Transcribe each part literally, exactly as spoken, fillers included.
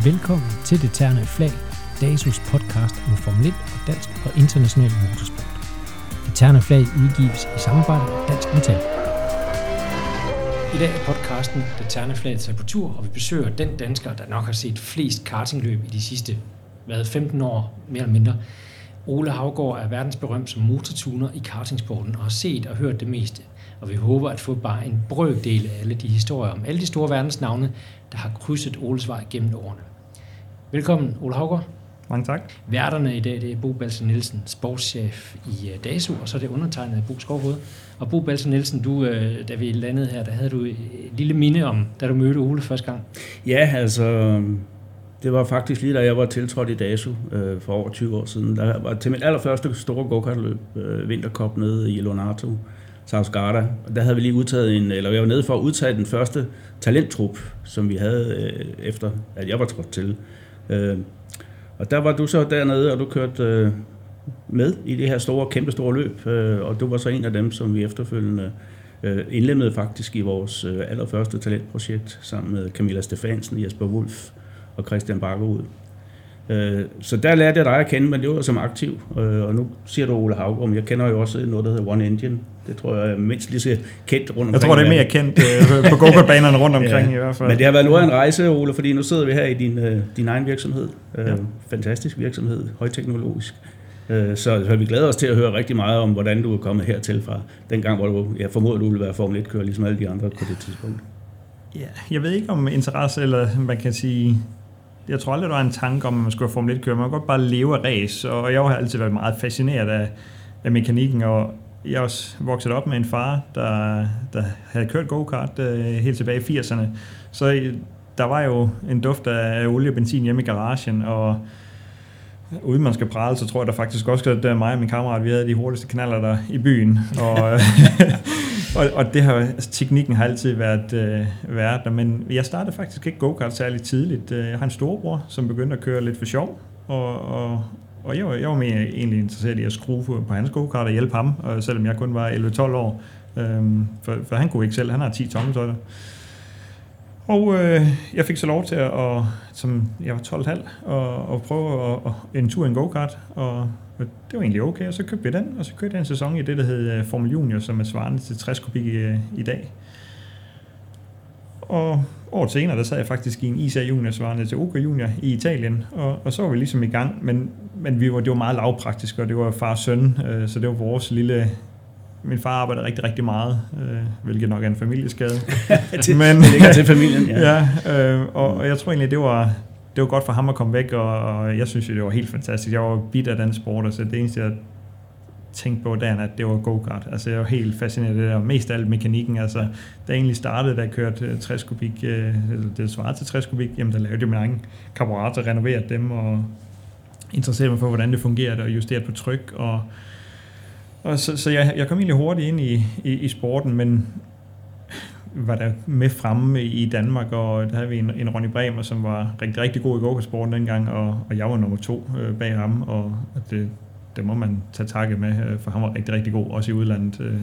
Velkommen til Det Ternede Flag, DASUs podcast om Formel et og dansk og international motorsport. Det Ternede Flag udgives i samarbejde med Dansk Metal. I dag er podcasten Det Ternede Flag tager på tur, og vi besøger den dansker, der nok har set flest kartingløb i de sidste hvad, femten år, mere eller mindre. Ole Haugaard er verdensberømt som motortuner i kartingsporten og har set og hørt det meste. Og vi håber at få bare en brøkdel af alle de historier om alle de store verdensnavne, der har krydset Oles vej gennem årene. Velkommen, Ole Haugaard. Mange tak. Værterne i dag, det er Bo Balser Nielsen, sportschef i DASU, og så er det undertegnet Bo Skovhoved. Og Bo Balser Nielsen, du, da vi landede her, der havde du et lille minde om, da du mødte Ole første gang. Ja, altså, det var faktisk lige da jeg var tiltrådt i DASU øh, for over tyve år siden. Der var til mit allerførste store go-kartløb, øh, Vintercup nede i Lonato, Sausgada. Der havde vi lige udtaget en, eller jeg var nede for at udtage den første talenttrup, som vi havde øh, efter, at jeg var trådt til. Øh, og der var du så dernede, og du kørte øh, med i det her store, kæmpe store løb, øh, og du var så en af dem, som vi efterfølgende øh, indlemmede faktisk i vores øh, allerførste talentprojekt, sammen med Camilla Stefansen, Jesper Wulff og Christian Bakkerud. Øh, så der lærte jeg dig at kende, men det var som aktiv, øh, og nu siger du Ole Haugaard, men jeg kender jo også noget, der hedder One Engine. Det tror jeg er mindst lige så kendt rundt omkring. Jeg tror, det er mere kendt øh, på go-kartbanerne rundt omkring ja. I hvert fald. Men det har været noget af en rejse, Ole, fordi nu sidder vi her i din, øh, din egen virksomhed. Øh, ja. Fantastisk virksomhed, højteknologisk. Øh, så, så vi glæder os til at høre rigtig meget om, hvordan du er kommet hertil fra dengang, hvor du, jeg formoder, du ville være Formel et-kører, ligesom alle de andre på det tidspunkt. Ja, jeg ved ikke om interesse, eller man kan sige... Jeg tror aldrig, der var en tanke om, at man skulle have Formel et-kører. Man kan godt bare leve af race, og jeg har altid været meget fascineret af, af mekanikken, og jeg er også vokset op med en far, der, der havde kørt go-kart uh, helt tilbage i firserne. Så der var jo en duft af olie og benzin hjemme i garagen, og uden man skal prale, så tror jeg der faktisk også, at der mig og min kammerat, vi havde de hurtigste kanaler der i byen. Og, og, og det har, altså, teknikken har altid været, øh, været der, men jeg startede faktisk ikke go-kart særlig tidligt. Jeg har en storebror, som begyndte at køre lidt for sjov, og, og, og jeg, var, jeg var mere egentlig interesseret i at skrue på hans go-kart og hjælpe ham, og selvom jeg kun var elleve tolv år, øhm, for, for han kunne ikke selv, han har ti tommeltotter. Og øh, jeg fik så lov til at, og, som jeg var tolv komma fem, og, og prøve at, at, en tur i en go-kart, og, og det var egentlig okay, og så købte jeg den, og så kørte jeg en sæson i det, der hed Formel Junior, som er svarende til tres kubik i, i dag. Og året senere, der sad jeg faktisk i en I S A Junior, svarende til Oka Junior i Italien, og, og så var vi ligesom i gang, men, men vi var, det var meget lavpraktisk, og det var far og søn, øh, så det var vores lille... Min far arbejdede rigtig, rigtig meget, øh, hvilket nok er en familieskade. til, men, det ligger til familien, ja. ja øh, og, og jeg tror egentlig, det var, det var godt for ham at komme væk, og, og jeg synes jo, det var helt fantastisk. Jeg var bit af den sport, så det eneste, jeg tænkte på dagen, at det var go-kart. Altså, jeg var helt fascineret af det der, mest af alt mekanikken. Altså, da jeg egentlig startede, da jeg kørte tres kubik, øh, det svarede til tres kubik, jamen, der lavede jeg min egen karburator, renoverede dem, og interesserede mig for, hvordan det fungerede, og justerede på tryk, og Og så, så jeg, jeg kom egentlig hurtigt ind i, i, i sporten, men var der med fremme i Danmark, og der havde vi en, en Ronny Bremer, som var rigtig, rigtig god i go-kartsporten dengang, og, og jeg var nummer to øh, bag ham, og, og det, det må man tage takke med, for han var rigtig, rigtig god, også i udlandet. Øh,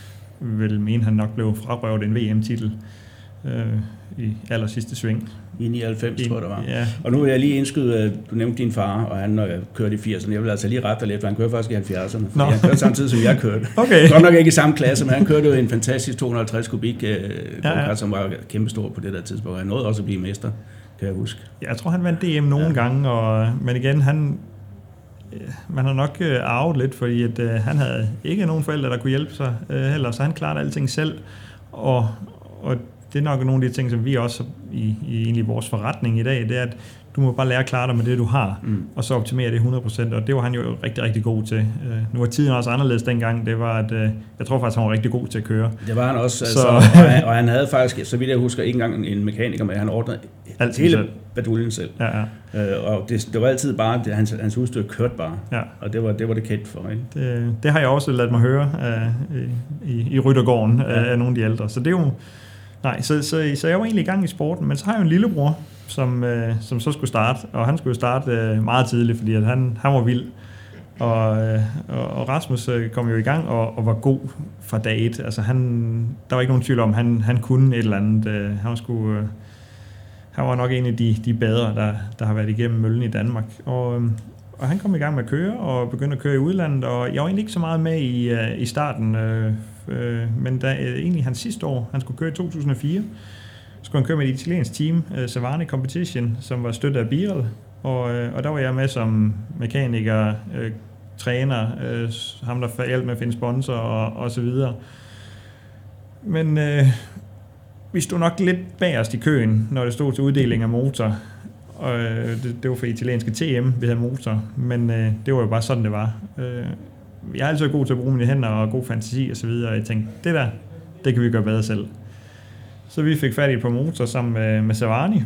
vil mene, han nok blev frarøvet en V M-titel øh, i aller sidste sving. I nioghalvfems, I, tror jeg, det var. Ja. Og nu vil jeg lige indskyde, du nævnte din far, og han kørte i firserne. Jeg vil altså lige rette dig lidt, for han kørte faktisk i halvfjerdserne. Fordi han kørte samtidig, som jeg kørte. Okay. Godt nok ikke i samme klasse, men han kørte jo en fantastisk to hundrede og halvtreds kubik, ja, ja. som var kæmpestor på det der tidspunkt. Han nåede også at blive mester, kan jeg huske. Jeg tror, han vandt D M nogle ja. gange, og, men igen, han... Man har nok øh, arvet lidt, fordi at, øh, han havde ikke nogen forældre, der kunne hjælpe sig øh, heller, så han klarede alting selv, og, og det er nok nogle af de ting, som vi også i, i egentlig vores forretning i dag, det er, at du må bare lære at klare dig med det, du har, mm. og så optimere det hundrede procent, og det var han jo rigtig, rigtig god til. Uh, nu var tiden også anderledes dengang, det var, at uh, jeg tror faktisk, han var rigtig god til at køre. Det var han også, altså, og, han, og han havde faktisk, så vidt jeg husker, ikke engang en mekaniker med, han ordnede altid hele baduljen selv. Ja, ja. Uh, og det, det var altid bare, det, hans, hans udstyr kørte bare, ja. Og det var, det var det kendt for. Ikke? Det, det har jeg også ladet mig høre uh, i, i Ryttergården ja. af nogle af de ældre, så det er jo... Nej, så, så, så jeg var egentlig i gang i sporten, men så har jeg jo en lillebror, som, øh, som så skulle starte, og han skulle starte øh, meget tidligt, fordi at han, han var vild. Og, øh, og Rasmus øh, kom jo i gang og, og var god fra dag et. Altså han, der var ikke nogen tvivl om, han, han kunne et eller andet. Øh, han var sgu, øh, han var nok en af de, de bedre, der, der har været igennem møllen i Danmark. Og, og han kom i gang med at køre, og begyndte at køre i udlandet, og jeg var egentlig ikke så meget med i, i starten, øh, øh, men da, øh, egentlig hans sidste år, han skulle køre i to tusind og fire, skulle han køre med et italiensk team, øh, Savani Competition, som var støttet af Birel, og, øh, og der var jeg med som mekaniker, øh, træner, øh, ham der hjalp med at finde sponsor og, og så videre. Men øh, vi stod nok lidt bagerst i køen, når det stod til uddeling af motor. Og øh, det, det var for italienske T M, vi havde motor, men øh, det var jo bare sådan, det var. Øh, jeg er altid god til at bruge mine hænder og god fantasi og så videre, og jeg tænkte, det der, det kan vi gøre bedre selv. Så vi fik fat i på motor sammen med, med Savani,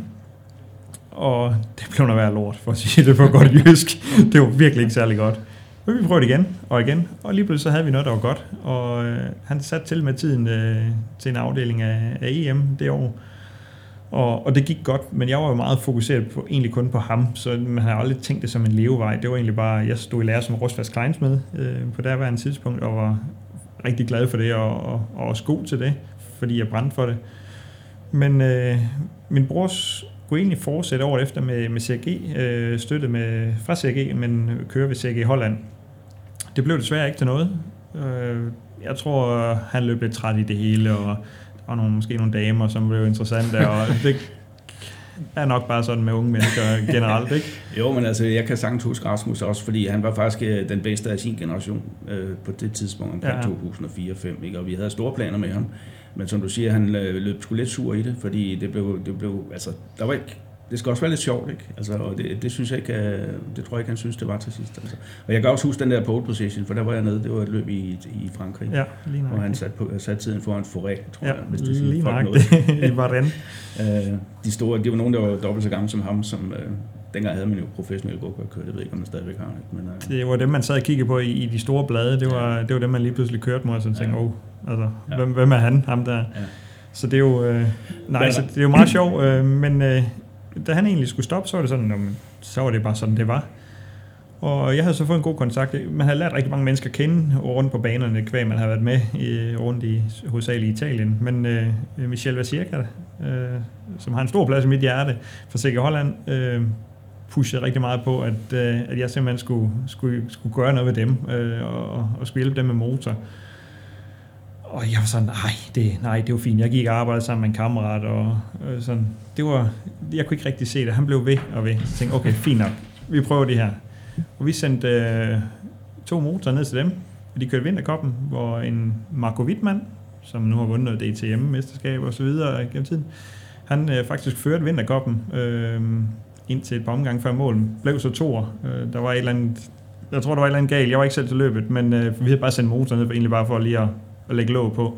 og det blev noget værd lort, for at sige det på godt jysk. Det var virkelig ikke særlig godt. Men vi prøvede igen og igen, og lige pludselig så havde vi noget, der var godt. Og øh, han satte til med tiden øh, til en afdeling af, af E M det år. Og, og det gik godt, men jeg var jo meget fokuseret på, egentlig kun på ham, så man havde aldrig tænkt det som en levevej. Det var egentlig bare, jeg stod i lære som rustfast kleinsmed øh, på derværende tidspunkt, og var rigtig glad for det, og, og, og også god til det, fordi jeg brændte for det. Men øh, min bror skulle egentlig fortsætte året efter med, med C R G, øh, støttet med, fra C R G, men køre ved C R G Holland. Det blev desværre ikke til noget. Øh, jeg tror, han løb lidt træt i det hele, og der var nogle, måske nogle damer, som blev interessante, og det er nok bare sådan med unge mennesker generelt, ikke? Jo, men altså, jeg kan sagtens huske Rasmus også, fordi han var faktisk den bedste af sin generation øh, på det tidspunkt, omkring ja. to tusind og fire til fem, ikke? Og vi havde store planer med ham. Men som du siger, han løb sgu lidt sur i det, fordi det blev, det blev, altså, der var ikke, det skal også være lidt sjovt, ikke? Altså, og det, det synes jeg ikke, det tror jeg ikke, han synes, det var til sidst. Altså. Og jeg kan også huske den der pole position, for der var jeg nede, det var et løb i, i Frankrig, ja, hvor han satte sat tiden foran Forêt, tror ja, jeg, hvis det lige nok det, i Varenne. De store, de var nogen, der var dobbelt så gamle som ham, som øh, dengang havde man jo professionelle go-kart-kører, det ved jeg ikke, om man stadigvæk har, ikke? Men, øh, det var dem, man sad og kiggede på i, i de store blade, det var, det var dem, man lige pludselig kørte mod, og så tænkte, åh, ja. oh, altså, ja. hvem, hvem er han, ham der? Ja. Så det er jo, øh, nej, så det er jo meget sjovt, øh, men øh, da han egentlig skulle stoppe, så var det sådan, øh, så var det bare sådan, det var. Og jeg havde så fået en god kontakt. Man havde lært rigtig mange mennesker at kende rundt på banerne, kvæg man har været med i, rundt i hovedsageligt i Italien. Men øh, Michel Vasierka, øh, som har en stor plads i mit hjerte for C R G Holland, øh, pushede rigtig meget på, at, øh, at jeg simpelthen skulle, skulle, skulle gøre noget ved dem, øh, og, og skulle hjælpe dem med motor. Og jeg var sådan, nej, det, nej, det var fint. Jeg gik og arbejdede sammen med en kammerat, og øh, sådan, det var, jeg kunne ikke rigtig se det. Han blev ved og ved. Så tænkte, okay, fint nok, vi prøver det her. Og vi sendte øh, to motorer ned til dem, og de kørte Vintercuppen, hvor en Marco Wittmann, som nu har vundet D T M-mesterskab og så videre gennem tiden, han øh, faktisk førte Vintercuppen øh, indtil et par omgange før målen, blev så toer. Øh, der var et eller andet, jeg tror, der var et eller andet galt. Jeg var ikke selv til løbet, men øh, vi havde bare sendt motoren ned, egentlig bare for lige at, at lægge låg på.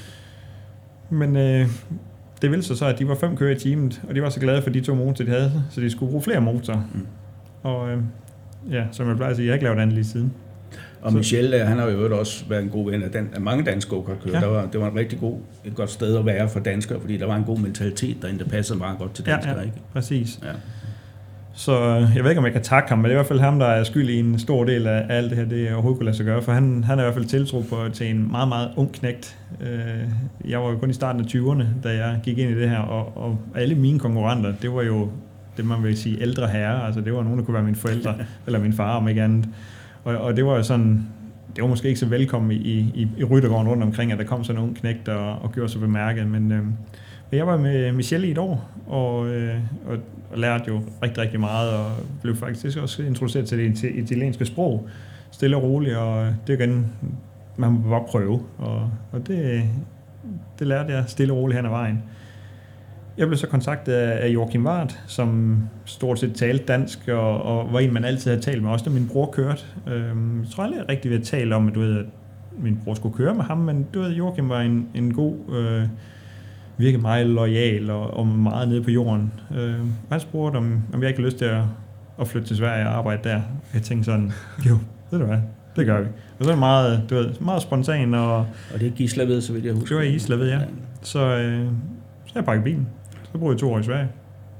Men øh, det ville så så, at de var fem kører i teamet, og de var så glade for de to motorer, de havde, så de skulle bruge flere motorer. Mm. Og øh, ja, som jeg plejer at sige, jeg har ikke lavet andet lige siden. Og Michel, han har jo også været en god ven af, dan- af mange danske go-kart-kører. Ja. Der var, det var en rigtig god, et godt sted at være for danskere, fordi der var en god mentalitet derinde, der passede meget godt til danskere. Ja, ja, ikke? Præcis. Ja. Så jeg ved ikke, om jeg kan takke ham, men det er i hvert fald ham, der er skyld i en stor del af alt det her, det overhovedet kunne lade sig gøre, for han, han er i hvert fald tiltro på til en meget, meget ung knægt. Jeg var jo kun i starten af tyverne, da jeg gik ind i det her, og, og alle mine konkurrenter, det var jo det, man vil sige ældre herrer, altså det var nogen, der kunne være mine forældre, eller min far, om ikke andet. Og, og det var jo sådan, det var måske ikke så velkommen i, i, i ryttergården rundt omkring, at der kom sådan en ung knægt og, og gjorde sig bemærket, men øh, jeg var med Michel i et år, og, øh, og, og lærte jo rigtig, rigtig meget, og blev faktisk også introduceret til det italienske sprog, stille og roligt, og det er igen, man må bare prøve, og, og det, det lærte jeg stille og roligt hen ad vejen. Jeg blev så kontaktet af Joachim Ward, som stort set talte dansk, og, og var en, man altid havde talt med, også da min bror kørte. Øhm, jeg tror aldrig rigtig, vi havde talt om, at, du ved, at min bror skulle køre med ham, men du ved, Joachim var en, en god, øh, virkelig meget loyal og, og meget nede på jorden. Øh, han spurgte, om, om jeg ikke havde lyst til at, at flytte til Sverige og arbejde der. Jeg tænkte sådan, jo, ved du hvad, det gør vi. Og så er det meget, du ved, meget spontan. Og, og det er Gislaved, så vidt jeg husker. Det var i Gislaved, ja. Så, øh, så jeg pakkede bilen. Så boede jeg to år i Sverige.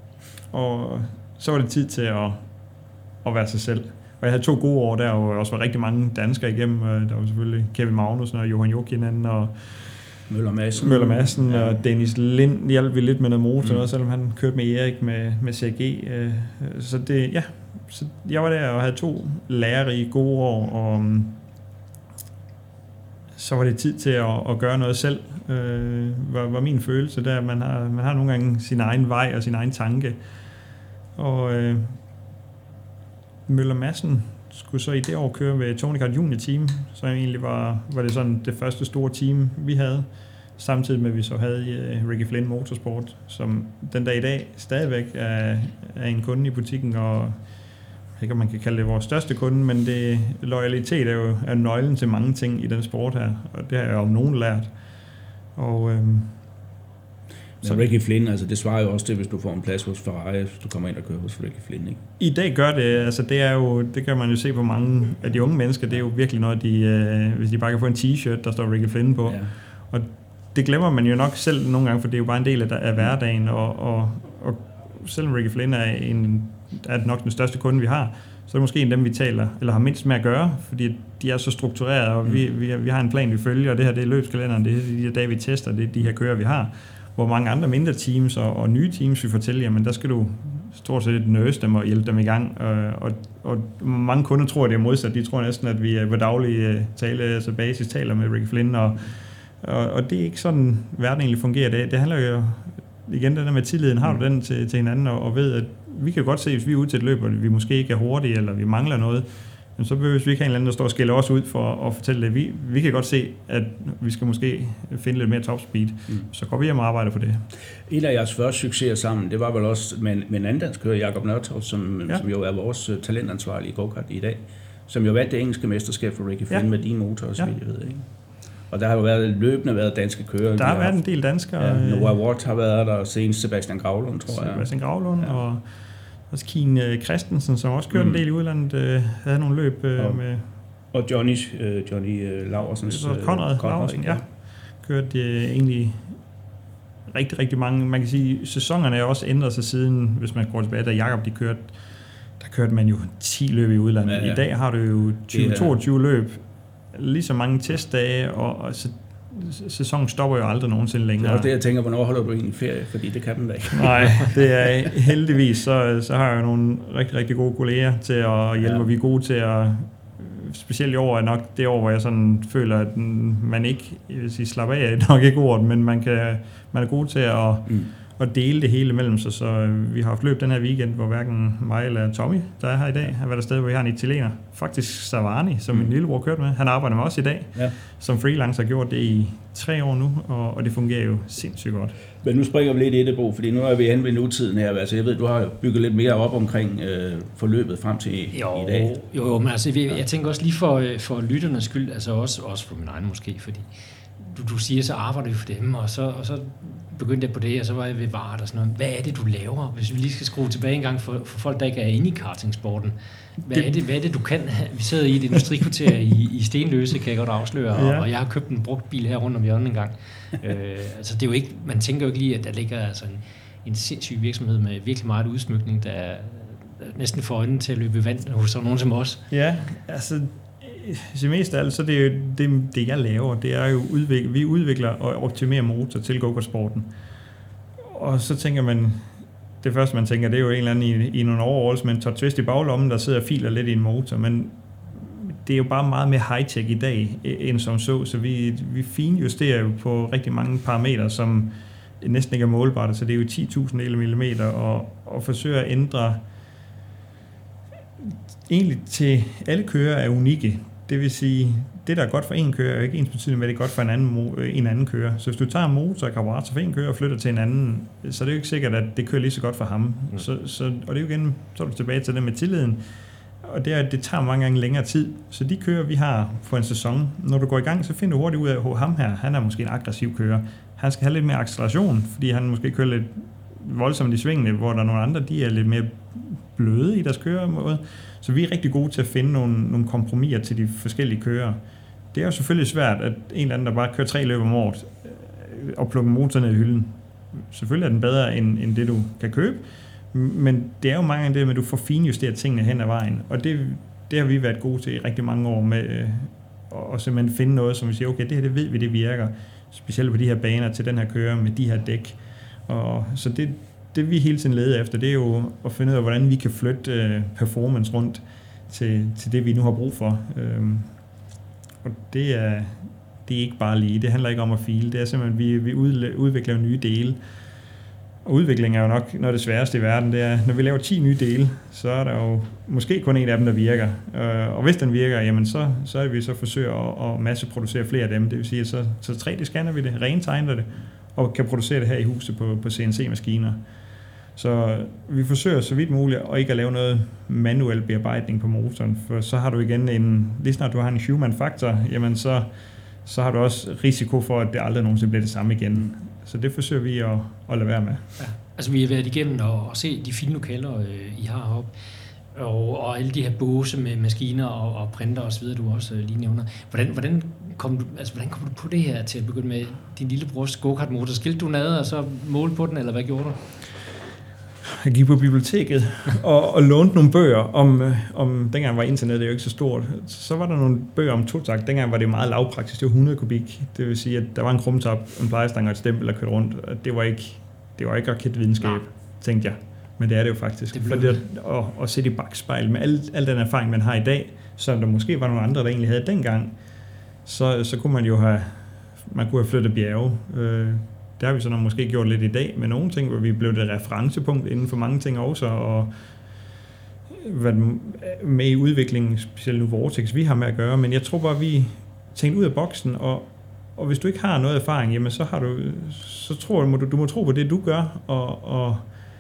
Og så var det tid til at, at være sig selv. Og jeg havde to gode år der, og også var rigtig mange danskere igennem. Der var selvfølgelig Kevin Magnussen og Johan Jokinen og Møller Madsen. Møller Madsen ja. og Dennis Lind hjalp vi lidt med noget motor, mm. også, selvom han kørte med Erik med, med C G. Så det, ja, så jeg var der og havde to lærerige gode år, og så var det tid til at, at gøre noget selv, øh, var, var min følelse der. Man har, man har nogle gange sin egen vej og sin egen tanke. Og øh, Møller Madsen skulle så i det år køre med Tony Kart Junior Team, så egentlig var, var det sådan det første store team, vi havde. Samtidig med, at vi så havde uh, Ricky Flynn Motorsport, som den dag i dag stadigvæk er, er en kunde i butikken, og jeg ved ikke, om man kan kalde det vores største kunde, men det, loyalitet er jo er nøglen til mange ting i den sport her, og det har jeg jo om nogen lært. Og, øhm, så Ricky Flynn, altså det svarer jo også til, hvis du får en plads hos Ferrari, hvis du kommer ind og kører hos Ricky Flynn, ikke? I dag gør det, altså det er jo, det kan man jo se på mange af de unge mennesker, det er jo virkelig noget, de, øh, hvis de bare kan få en t-shirt, der står Ricky Flynn på. Ja. Og det glemmer man jo nok selv nogle gange, for det er jo bare en del af, af hverdagen, og, og, og selvom Ricky Flynn er, en, er nok den største kunde, vi har, så er det måske en af dem, vi taler, eller har mindst med at gøre, fordi de er så struktureret, og mm. vi, vi, vi har en plan, vi følger, og det her det er løbskalenderen, det er de her dage, vi tester, det er de her kører, vi har. Hvor mange andre mindre teams og, og nye teams vi fortæller, jamen der skal du stort set nurse dem og hjælpe dem i gang. Og, og, og mange kunder tror, det er modsat. De tror næsten, at vi på daglig tale, altså basis taler med Ricky Flynn, og, og, og det er ikke sådan, verden egentlig fungerer. Det, det handler jo igen det der med tilliden. Har du den til, til hinanden, og, og ved, at vi kan godt se, hvis vi er ude til et løb, og vi måske ikke er hurtige, eller vi mangler noget, men så behøver vi ikke have en eller anden, der står og skælder os ud for at fortælle det. Vi, vi kan godt se, at vi skal måske finde lidt mere topspeed. Mm. Så går vi hjem og arbejder på det. En af jeres første succeser sammen, det var vel også med, med en anden dansk kører, Jakob Nørtorp, som, ja. som jo er vores talentansvarlige i go-kart i dag, som jo vandt det engelske mesterskab for Ricky Flynn ja. med din motor, og så ja. jeg ved, ikke? Og der har jo været, løbende været danske kører. Der har været en del danskere. Ja, Noah Watt har været der, og senest Sebastian Gravlund, tror jeg. Sebastian Gravlund, ja. og også Kine Christensen, som også kørte mm. en del i udlandet, øh, havde nogle løb øh, og, med... Og Johnny, øh, Johnny øh, Laursens... Øh, Conrad Laursen, ja. Kørte øh, egentlig rigtig, rigtig mange... Man kan sige, sæsonerne er også ændret sig siden, hvis man går tilbage, da Jakob de kørte, der kørte man jo ti løb i udlandet. Ja, ja. I dag har du jo tyve til toogtyve løb, lige så mange testdage, og, og så sæsonen stopper jo aldrig nogensinde længere. Det er også det, jeg tænker, hvornår holder du egentlig ferie? Fordi det kan den da ikke. Nej, det er heldigvis, så, så har jeg jo nogle rigtig, rigtig gode kolleger til at hjælpe, ja. Vi er gode til at, specielt i år er nok det år, hvor jeg sådan føler, at man ikke, jeg vil sige, slapper af, er nok ikke ordet, men man, kan, man er god til at, mm. at dele det hele mellem sig, så vi har haft løb den her weekend, hvor hverken mig eller Tommy, der er her i dag, har været der sted, hvor vi har en italiener, faktisk Savani, som mm. min lillebror kørte med. Han arbejder med os i dag, ja. Som freelancer har gjort det i tre år nu, og, og det fungerer jo sindssygt godt. Men nu springer vi lidt i det, Bo, fordi nu er vi hen ved nutiden her. Altså, jeg ved, du har bygget lidt mere op omkring øh, forløbet frem til jo, i dag. Jo, jo, men altså, jeg, jeg tænker også lige for, for lytternes skyld, altså også, også for min egen måske, fordi du, du siger, så arbejder vi for dem, og så, og så begyndte jeg på det, og så var jeg ved Vart og sådan noget. Hvad er det, du laver, hvis vi lige skal skrue tilbage en gang for, for folk, der ikke er inde i kartingsporten? Hvad er det, hvad er det du kan? Vi sidder i et industrikvarter i, i Stenløse, kan jeg godt afsløre, og, ja. og jeg har købt en brugt bil her rundt om hjørnet en gang. øh, altså det er jo ikke, man tænker jo ikke lige, at der ligger altså en, en sindssyg virksomhed med virkelig meget udsmykning, der er næsten får øjnene til at løbe i vand hos nogen som os. Ja, altså det meste af alt, så det er jo det, det, jeg laver, det er jo udvikle, vi udvikler og optimerer motor til go-kart-sporten. Og så tænker man, det første man tænker, det er jo en eller anden i, i nogle overholds med en Todd Twist i baglommen, der sidder og filer lidt i en motor, men det er jo bare meget mere high-tech i dag, end som så, så vi, vi finjusterer jo på rigtig mange parametre, som næsten ikke er målbare, så det er jo ti tusind millimeter, og, og forsøger at ændre egentlig til alle kører er unikke. Det vil sige, det der er godt for en kører, er jo ikke ens betydning med, det er godt for en anden, en anden kører. Så hvis du tager en motor og karburator for en kører og flytter til en anden, så er det jo ikke sikkert, at det kører lige så godt for ham. Mm. Så, så, og det er jo igen, så er du tilbage til det med tilliden. Og det er, at det tager mange gange længere tid. Så de kører, vi har for en sæson, når du går i gang, så finder du hurtigt ud af, at ham her, han er måske en aggressiv kører. Han skal have lidt mere acceleration, fordi han måske kører lidt voldsomt i svingene, hvor der er nogle andre, de er lidt mere bløde i deres køremåde. Så vi er rigtig gode til at finde nogle, nogle kompromiser til de forskellige kører. Det er jo selvfølgelig svært, at en eller anden, der bare kører tre løb om året, og plukker motoren ned i hylden. Selvfølgelig er den bedre, end, end det du kan købe, men det er jo mange gange det med, at du får finjusteret tingene hen ad vejen. Og det, det har vi været gode til i rigtig mange år med, og simpelthen finde noget, som vi siger, okay, det her det ved vi, det virker. specielt på de her baner til den her kører med de her dæk. Og så det, det vi hele tiden leder efter, det er jo at finde ud af, hvordan vi kan flytte øh, performance rundt til, til det, vi nu har brug for. Øhm, og det er, det er ikke bare lige, det handler ikke om at file, det er simpelthen, vi, vi udvikler nye dele. Og udvikling er jo nok noget af det sværeste i verden. Det er, når vi laver ti nye dele, så er der jo måske kun en af dem, der virker. Og hvis den virker, jamen så, så er det, vi så forsøger at, at masseproducere flere af dem. Det vil sige, at så, så tre D-scanner vi det, rentegner det, og kan producere det her i huset på, på C N C-maskiner. Så vi forsøger så vidt muligt at ikke at lave noget manuel bearbejdning på motoren, for så har du igen en, lige snart du har en human factor, jamen så, så har du også risiko for, at det aldrig nogensinde bliver det samme igen. Så det forsøger vi at, at lade være med. Ja. Altså vi har været igennem og, og se de fine lokaler, øh, I har heroppe, og, og alle de her båse med maskiner og, og printer og så videre, du også øh, lige nævner. Hvordan, hvordan, kom du, altså, hvordan kom du på det her til at begynde med din lille brors go-kart-motor? Skilte du ned og så målte på den, eller hvad gjorde du? Jeg gik på biblioteket og, og lånte nogle bøger om, om, dengang var internettet jo ikke så stort, så var der nogle bøger om totakt. Dengang var det meget lavpraktisk, det var hundrede kubik. Det vil sige, at der var en krumtop, en plejestang og et stempel, der kørte rundt. Det var ikke, det var ikke raketvidenskab, tænkte jeg. Men det er det jo faktisk. Det For det at, at sætte i bagspejl med al, al den erfaring, man har i dag, som der måske var nogle andre, der egentlig havde dengang, så, så kunne man jo have, man kunne have flyttet bjerge. Det har vi så nok måske gjort lidt i dag med nogle ting, hvor vi blev det referencepunkt inden for mange ting også, og med i udviklingen, specielt nu Vortex, vi har med at gøre, men jeg tror bare, vi tænkte ud af boksen, og, og hvis du ikke har noget erfaring, jamen så har du, så tror du, du må tro på det, du gør, og, og,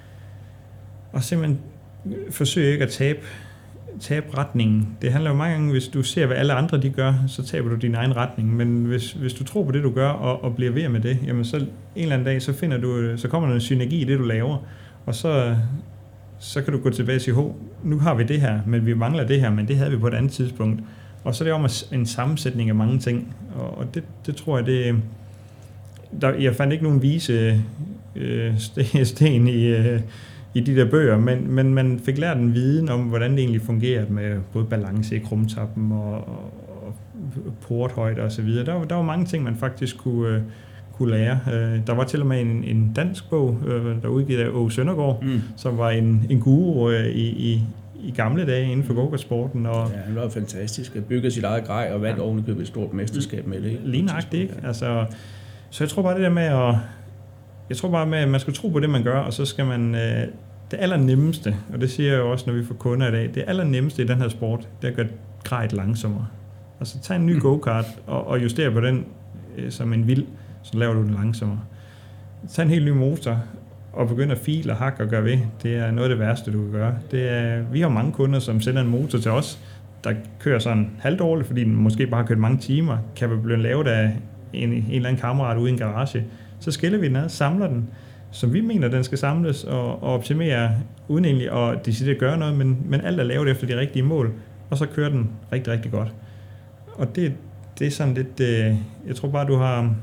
og simpelthen forsøge ikke at tabe, tabe retningen. Det handler jo mange gange, hvis du ser, hvad alle andre de gør, så taber du din egen retning, men hvis, hvis du tror på det, du gør, og, og bliver ved med det, jamen så en eller anden dag, så finder du, så kommer der en synergi i det, du laver, og så, så kan du gå tilbage og sige, hov, nu har vi det her, men vi mangler det her, men det havde vi på et andet tidspunkt. Og så er det om en sammensætning af mange ting, og, og det, det tror jeg, det der, jeg fandt ikke nogen vise øh, sten i øh, i de der bøger, men, men man fik lært en viden om, hvordan det egentlig fungerer med både balance i krumtappen og, og, og porthøjde og så videre. Der var, der var mange ting, man faktisk kunne, uh, kunne lære. Uh, der var til og med en, en dansk bog, uh, der udgivet af Åge Søndergaard, mm. som var en, en guru uh, i, i, i gamle dage inden for go-kart-sporten. Og ja, han var fantastisk. Han byggede sit eget grej og vandt ja. ovenikøbet et stort mesterskab med det. Lige nøjagtigt, ikke? Altså, så jeg tror bare det der med at Jeg tror bare med, at man skal tro på det, man gør, og så skal man, øh, det allernemmeste, og det siger jeg jo også, når vi får kunder i dag, det allernemmeste i den her sport, det er at gøre grejet langsommere. Altså tag en ny go-kart og, og justere på den øh, som en vild, så laver du den langsommere. Tag en helt ny motor og begynde at file og hakke og gøre ved. Det er noget af det værste, du kan gøre. Det er, vi har mange kunder, som sender en motor til os, der kører sådan halvdårligt, fordi den måske bare har kørt mange timer, kan blive lavet af en, en eller anden kammerat ude i en garage. Så skiller vi den ad, samler den, som vi mener, den skal samles og, og optimere, uden egentlig at decidere at gøre noget, men, men alt er lavet efter de rigtige mål, og så kører den rigtig, rigtig godt. Og det, det er sådan lidt, øh, jeg tror bare, du har, jeg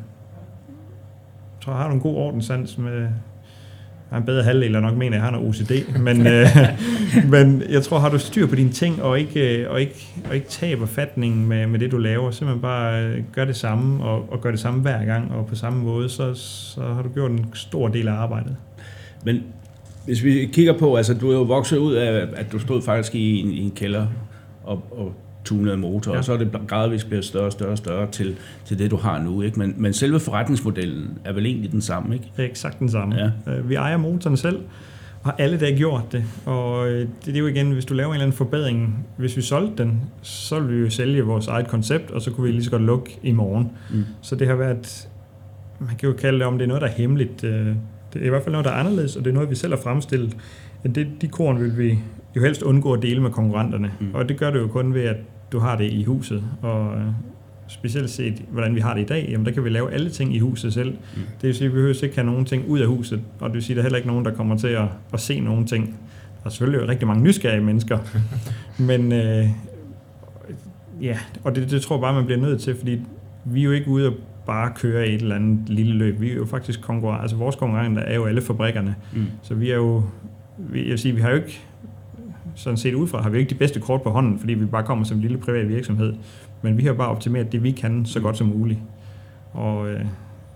tror, har du en god ordenssans med, jeg har en bedre halvdel, eller nok mener, jeg har noget O C D, men, øh, men jeg tror, har du styr på dine ting, og ikke, og ikke, og ikke taber fatningen med, med det, du laver, simpelthen bare øh, gør det samme, og, og gør det samme hver gang, og på samme måde, så, så har du gjort en stor del af arbejdet. Men hvis vi kigger på, altså du er jo vokset ud af, at du stod faktisk i en, i en kælder og, og tunede motor, ja. Og så er det gradvist blevet større og større og større til, til det, du har nu, ikke? Men, men selve forretningsmodellen er vel egentlig den samme, ikke? Det er eksakt den samme. Ja. Vi ejer motoren selv, og har alle dage gjort det. Og det, det er jo igen, hvis du laver en eller anden forbedring, hvis vi solgte den, så ville vi jo sælge vores eget koncept, og så kunne vi lige så godt lukke i morgen. Mm. Så det har været, man kan jo kalde det om, det er noget, der er hemmeligt. Det er i hvert fald noget, der er anderledes, og det er noget, vi selv har fremstillet. Det, de korn vil vi jo helst undgå at dele med konkurrenterne, mm. og det gør det jo kun ved, at du har det i huset, og specielt set, hvordan vi har det i dag, jamen der kan vi lave alle ting i huset selv. Mm. Det vil sige, at vi behøver ikke have nogen ting ud af huset, og det vil sige, at der er heller ikke nogen, der kommer til at, at se nogen ting. Der er selvfølgelig rigtig mange nysgerrige mennesker, men øh, ja, og det, det tror jeg bare, man bliver nødt til, fordi vi er jo ikke ude og bare køre et eller andet lille løb. Vi er jo faktisk konkurrenter, altså vores konkurrenter er jo alle fabrikkerne, mm. så vi er jo, jeg vil sige, vi har jo ikke sådan set udefra har vi ikke de bedste kort på hånden, fordi vi bare kommer som en lille privat virksomhed. Men vi har bare optimeret det, vi kan, så godt som muligt. Og øh,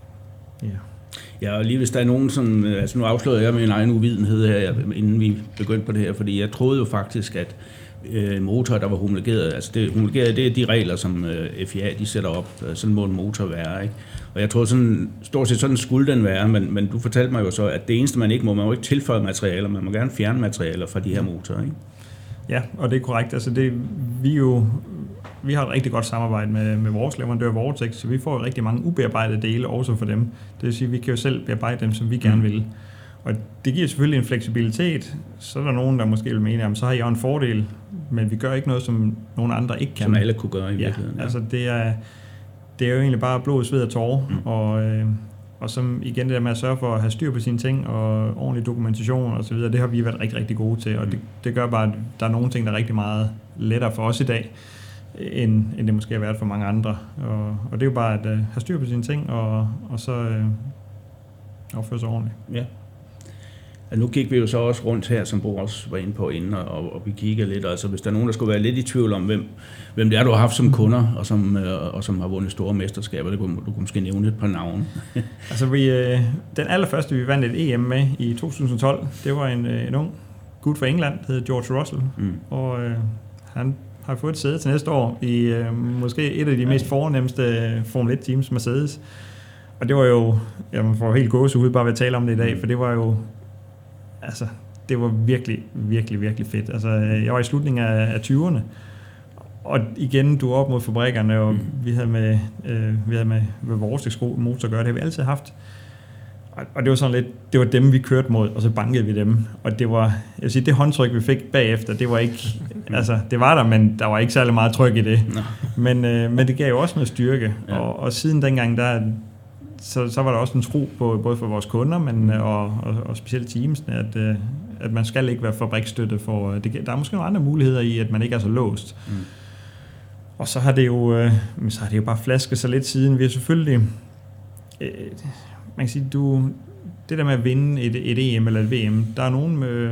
Ja. Ja, og lige hvis der er nogen, som... Altså nu afslørede jeg min egen uvidenhed her, inden vi begyndte på det her, fordi jeg troede jo faktisk, at øh, motor, der var homologeret, altså det, homologeret, det er de regler, som øh, F I A, de sætter op, sådan må en motor være, ikke? Og jeg tror sådan, stort set sådan skulle den være, men, men du fortalte mig jo så, at det eneste, man ikke må, man må ikke tilføje materialer, man må gerne fjerne materialer fra de her motorer, ikke? Ja, og det er korrekt. Altså det, vi jo... Vi har et rigtig godt samarbejde med, med vores leverandør Vortex, så vi får jo rigtig mange ubearbejdede dele også for dem. Det vil sige, at vi kan jo selv bearbejde dem, som vi gerne vil. Og det giver selvfølgelig en fleksibilitet. Så er der nogen, der måske vil mene, at så har jeg en fordel, men vi gør ikke noget, som nogen andre ikke kan. Som alle kunne gøre i virkeligheden. Ja, ja. Altså det er, det er jo egentlig bare blod, sved og tårer, mm. og, øh, og som igen det der med at sørge for at have styr på sine ting, og ordentlig dokumentation og så videre, det har vi været rigtig, rigtig gode til, og det, det gør bare, at der er nogle ting, der er rigtig meget lettere for os i dag, end, end det måske har været for mange andre. Og, og det er jo bare at uh, have styr på sine ting, og, og så uh, opføre sig ordentligt. Ja. Og nu gik vi jo så også rundt her, som Bo også var inde på inden, og, og vi kiggede lidt. Altså hvis der er nogen, der skulle være lidt i tvivl om, hvem, hvem det er, du har haft som kunder, og som, øh, og som har vundet store mesterskaber, det kunne, du kunne måske nævne et par navne. altså vi, øh, den allerførste, vi vandt et E M med i to tusind og tolv, det var en, en ung gut fra England, der hed George Russell, mm. og øh, han har fået et sæde til næste år i øh, måske et af de mest fornemmeste Formel et teams, Mercedes. Og det var jo, jeg får helt gåsehud bare ved at tale om det i dag, for det var jo, altså, det var virkelig, virkelig, virkelig fedt. Altså, jeg var i slutningen af, af tyverne, og igen, du er op mod fabrikkerne, og mm. vi havde med, øh, vi havde med, med vores motor at gøre, det har vi altid haft. Og det var sådan lidt, det var dem, vi kørte mod, og så bankede vi dem. Og det var, jeg vil sige, det håndtryk, vi fik bagefter, det var ikke, altså, det var der, men der var ikke særlig meget tryk i det. Men, øh, men det gav jo også noget styrke. Ja. Og, og siden dengang, der, så, så var der også en tro på, både for vores kunder, men, og, og, og specielt teamsene, at, øh, at man skal ikke være fabriksstøttet for, det, der er måske nogle andre muligheder i, at man ikke er så låst. Mm. Og så har det jo, øh, så har det jo bare flasket sig lidt siden. Vi har selvfølgelig, øh, man kan sige, du, det der med at vinde et, et E M eller et V M, der er nogen med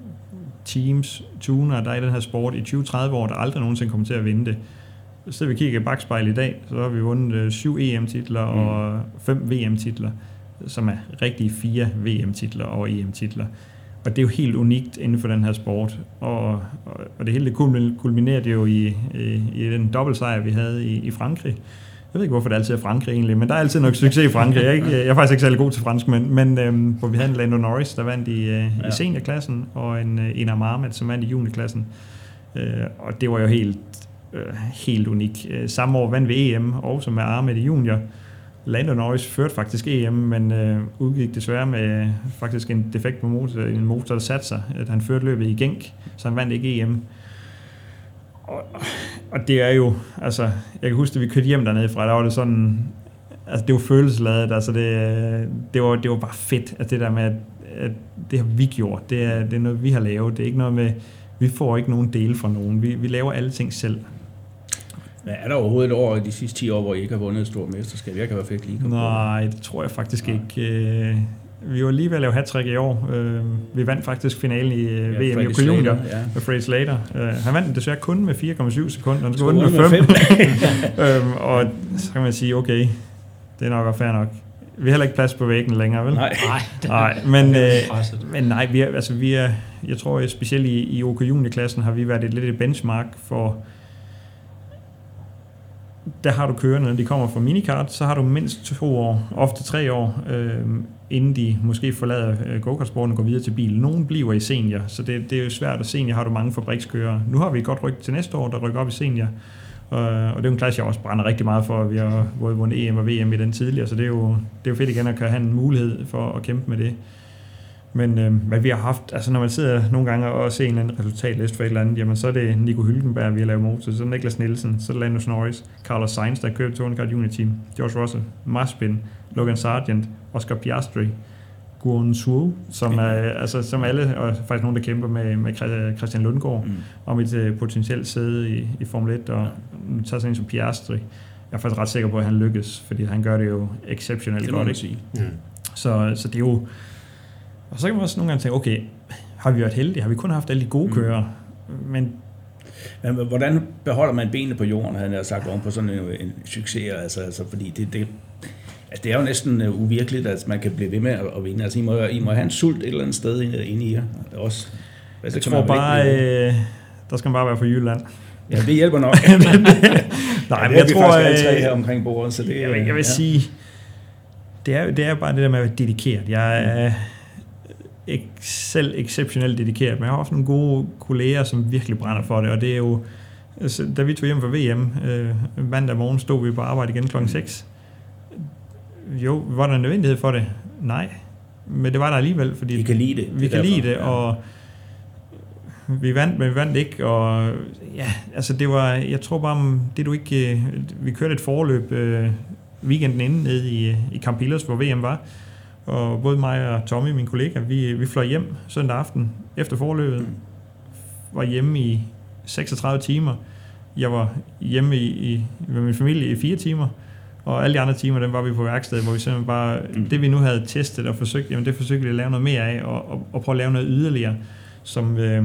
teams, tuner, der er i den her sport i tyve til tredive år, der aldrig nogensinde kommer til at vinde det. Så vi kigger i bakspejl i dag, så har vi vundet øh, syv E M-titler mm. og fem V M-titler, som er rigtige fire V M-titler og E M-titler. Og det er jo helt unikt inden for den her sport. Og, og, og det hele det kulminerede jo i, i, i den dobbeltsejr, vi havde i, i Frankrig. Jeg ved ikke, hvorfor det altid er Frankrig egentlig, men der er altid nok succes i Frankrig. Jeg er, ikke, jeg er faktisk ikke særlig god til fransk, men, men øhm, hvor vi havde en Lando Norris, der vandt i, øh, ja. i seniorklassen, og en øh, Enar Marmet, som vandt i juniorklassen. Øh, og det var jo helt, øh, helt unikt. Øh, samme år vandt vi E M, også med Armet i junior. Lando Norris førte faktisk E M, men øh, udgik desværre med faktisk en defekt på motor, en motor, der satte sig. At han førte løbet i Genk, så han vandt ikke E M. Og, og det er jo, altså, jeg kan huske, at vi kørte hjem dernede fra, der var det sådan, altså det var følelsesladet, altså det, det, var, det var bare fedt, at det der med, at, at det har vi gjort, det er, det er noget, vi har lavet, det er ikke noget med, vi får ikke nogen dele fra nogen, vi, vi laver alle ting selv. Ja, er der overhovedet et år i de sidste ti år, hvor I ikke har vundet et stort mesterskab? Jeg kan i hvert fald ikke lige komme på. Nej, det tror jeg faktisk Nej. ikke. Vi var lige ved at lave hat-trick i år. Vi vandt faktisk finalen i ja, V M i Yuko Junior ja. med Freddie Slater. Han vandt desværre kun med fire komma syv sekunder. Han skulle vinde med fem. Og så kan man sige, okay, det er nok fair nok. Vi har heller ikke plads på væggen længere, vel? Nej. nej men, øh, men nej, vi er, altså vi er, jeg tror specielt i, i Yuko Junior-klassen har vi været et lidt et benchmark for. Der har du kørende, når de kommer fra minikart, så har du mindst to år, ofte tre år, øh, inden de måske forlader øh, go-kart-sporten og går videre til bil. Nogen bliver i senior, så det, det er jo svært, at senior har du mange fabrikskørere. Nu har vi et godt ryg til næste år, der rykker op i senior, øh, og det er jo en klasse, jeg også brænder rigtig meget for, at vi har både vundet E M og V M i den tidligere, så det er jo, det er jo fedt igen at kan have en mulighed for at kæmpe med det. Men øh, hvad vi har haft, altså når man sidder nogle gange og ser en eller anden resultatliste for et eller andet, jamen så er det Nico Hülkenberg, vi har lavet motor, så er det Niklas Nielsen, så er det Lando Norris, Carlos Sainz, der kører Tony Kart Junior Team, George Russell, Mazepin, Logan Sargent, Oscar Piastri, Guan Zhou, som er altså som alle, og faktisk nogen, der kæmper med, med Christian Lundgaard mm. om et uh, potentielt sæde i, i Formel et, og nu tager sådan en som Piastri. Jeg er faktisk ret sikker på, at han lykkes, fordi han gør det jo exceptionelt godt, ikke? Mm. Så, så det er jo. Og så kan man også nogle gange tænke, okay, har vi været heldige? Har vi kun haft alle de gode kører? Men, Men hvordan beholder man benene på jorden, havde jeg sagt, oven på sådan en, en succes? Altså, altså, fordi det, det, Altså, det er jo næsten uh, uvirkeligt, at man kan blive ved med at, at vinde. Altså, I må, I må have en sult et eller andet sted inde, inde i jer. Også. Altså, jeg tror bare, øh, der skal man bare være fra Jylland. Ja, det hjælper nok. Nej, ja, men jeg tror, faktisk alle tre her omkring bordet, så det jeg, jeg vil ja. sige, det er, det er bare det der med at være dedikeret. Jeg er ikke selv exceptionelt dedikeret, men jeg har også nogle gode kolleger, som virkelig brænder for det, og det er jo, altså, da vi tog hjem fra V M, øh, mandag morgen stod vi på arbejde igen klokken seks. Jo, var der en nødvendighed for det? Nej, men det var der alligevel, fordi vi kan lide det. Vi det kan derfor. lide det, og vi vandt, men vi vandt ikke, og ja, altså det var, jeg tror bare, det du ikke, vi kørte et forløb øh, weekenden inden nede i, i Campillos, hvor V M var, og både mig og Tommy, min kollega, vi, vi fløj hjem søndag aften efter forløbet, var hjemme i seksogtredive timer, jeg var hjemme i, i, med min familie i fire timer, og alle de andre timer, dem var vi på værkstedet, hvor vi simpelthen bare, mm. det vi nu havde testet og forsøgt, jamen det forsøgte vi at lave noget mere af, og, og, og prøve at lave noget yderligere, som øh,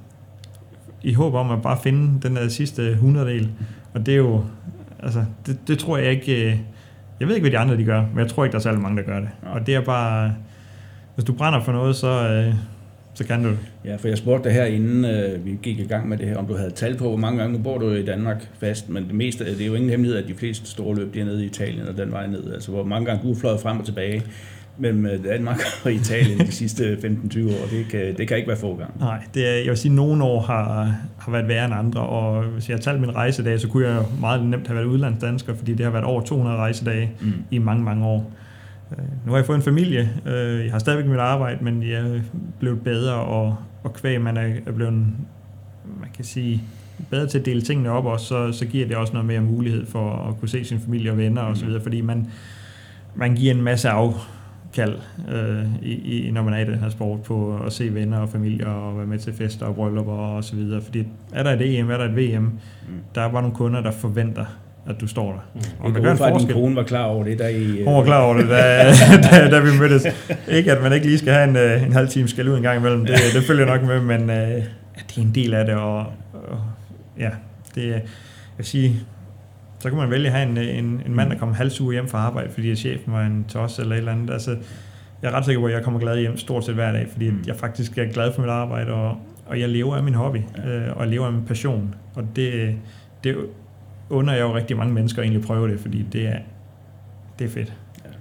i håb om at bare finde den der sidste hundreddel. Og det er jo, altså, det, det tror jeg ikke, øh, jeg ved ikke, hvad de andre de gør, men jeg tror ikke, der er særlig mange, der gør det. Ja. Og det er bare, hvis du brænder for noget, så, øh, så kan du det. Ja, for jeg spurgte dig her, inden øh, vi gik i gang med det her, om du havde tal på, hvor mange gange, nu bor du i Danmark fast, men det meste, det er jo ingen hemmelighed, at de fleste store løb, de er nede i Italien, og den vej ned, altså hvor mange gange du er fløjet frem og tilbage mellem Danmark og Italien de sidste femten til tyve år. Det kan, det kan ikke være få gange. Nej, det er, jeg vil sige, at nogle år har, har været værre end andre, og hvis jeg har talt min rejsedage, så kunne jeg meget nemt have været udlandsdansker, fordi det har været over to hundrede rejsedage mm. i mange, mange år. Nu har jeg fået en familie. Jeg har stadigvæk mit arbejde, men jeg er blevet bedre, og, og kvæg man er blevet, man kan sige, bedre til at dele tingene op også, så, så giver det også noget mere mulighed for at kunne se sin familie og venner og så videre, fordi man, man giver en masse af kald, øh, i, i, når man er i den her sport, på at se venner og familie og være med til fester og bryllupper og så videre. Fordi er der et E M, er der et V M, mm. der er bare nogle kunder, der forventer, at du står der. Mm. Og det gør at din kone var klar over det, der i... Hun var klar over det, da, da, da vi mødtes. Ikke, at man ikke lige skal have en, en halv time skal ud en gang imellem. Det, det følger nok med, men øh, det er en del af det, og, og ja, det jeg vil sige... Så kan man vælge at have en, en, en mand, der kommer halvsuge hjem fra arbejde, fordi chefen var en toss eller et eller andet. Altså, jeg er ret sikker på, at jeg kommer glad hjem stort set hver dag, fordi jeg faktisk er glad for mit arbejde, og, og jeg lever af min hobby, ja. øh, og jeg lever af min passion. Og det, det under jeg jo rigtig mange mennesker egentlig prøve det, fordi det er, det er fedt. Ja.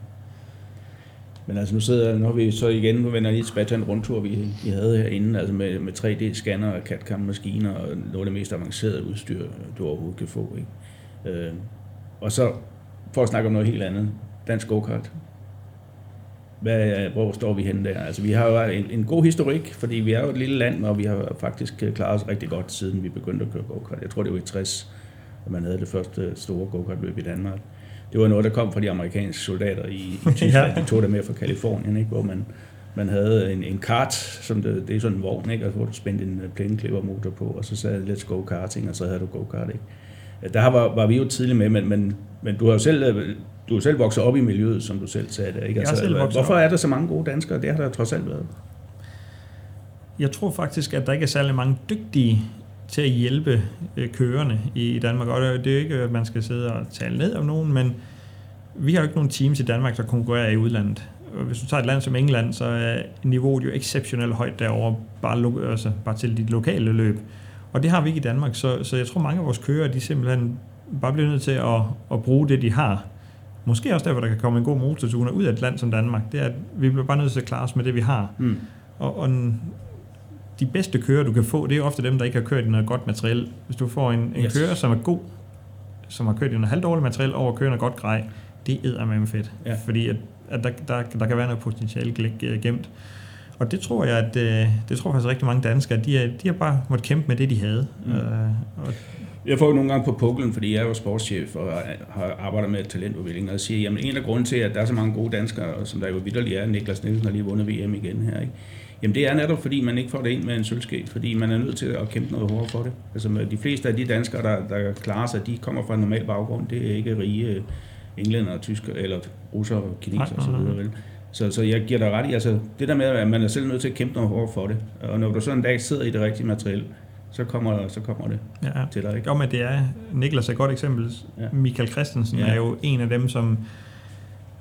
Men altså nu sidder nu vi så igen, nu vender lige tilbage til en rundtur, vi, vi havde herinde, altså med, med tre D-scanner og C A D C A M-maskiner og noget af det mest avancerede udstyr, du overhovedet kan få, ikke? Øh, og så for at snakke om noget helt andet, dansk go-kart. Hvad, hvor står vi henne der? Altså vi har jo en, en god historik, fordi vi er jo et lille land, og vi har faktisk klaret os rigtig godt, siden vi begyndte at køre go-kart. Jeg tror det var i tres, at man havde det første store go-kart-løb i Danmark. Det var noget, der kom fra de amerikanske soldater i, i Tyskland. De tog det med fra Kalifornien, ikke? Hvor man, man havde en, en kart, som det, det er sådan en vogn, ikke? Altså, hvor du spændte en plæneklippermotor på, og så sagde let's go karting, og så havde du go-kart, ikke? Der var, var vi jo tidligt med, men, men, men du har jo selv, du har selv vokset op i miljøet, som du selv sagde det, ikke? Altså, hvorfor er der så mange gode danskere? Det har der trods alt været. Jeg tror faktisk, at der ikke er særlig mange dygtige til at hjælpe øh, kørerne i, i Danmark. Og det er jo ikke, at man skal sidde og tale ned om nogen, men vi har jo ikke nogen teams i Danmark, der konkurrerer i udlandet. Og hvis du tager et land som England, så er niveauet jo exceptionelt højt derovre, bare, lo- altså, bare til de lokale løb. Og det har vi ikke i Danmark, så, så jeg tror mange af vores kører, de simpelthen bare bliver nødt til at, at bruge det, de har. Måske også derfor, der kan komme en god motortuner ud af et land som Danmark. Det er, at vi bliver bare nødt til at klare os med det, vi har. Mm. Og, og de bedste kører, du kan få, det er ofte dem, der ikke har kørt i noget godt materiel. Hvis du får en, en yes. kører, som er god, som har kørt i noget halvdårligt materiel, over at køre noget godt grej, det er eddermame fedt. Ja. Fordi at, at der, der, der kan være noget potentiale gemt. Og det tror jeg, at det tror faktisk rigtig mange danskere, de, er, de har bare måttet kæmpe med det, de havde. Mm. Uh, og jeg får jo nogle gange på puklen, fordi jeg er jo sportschef og har arbejdet med talentudvikling, og siger, jamen en af grunden til, at der er så mange gode danskere, som der jo vitterligt er, Niklas Nielsen har lige vundet V M igen her, ikke? Jamen det er netop, fordi man ikke får det ind med en sølvskæt, fordi man er nødt til at kæmpe noget hårdere for det. Altså de fleste af de danskere, der, der klarer sig, de kommer fra en normal baggrund. Det er ikke rige englænder, tyskere eller russere og kineser og så videre, vel? Så, så jeg giver dig ret i, altså det der med, at man er selv nødt til at kæmpe noget hårdere for det. Og når du så en dag sidder i det rigtige materiale, så kommer, så kommer det ja, til dig, ikke? Jo, men det er, Niklas er et godt eksempel. Ja. Michael Christensen ja. er jo en af dem, som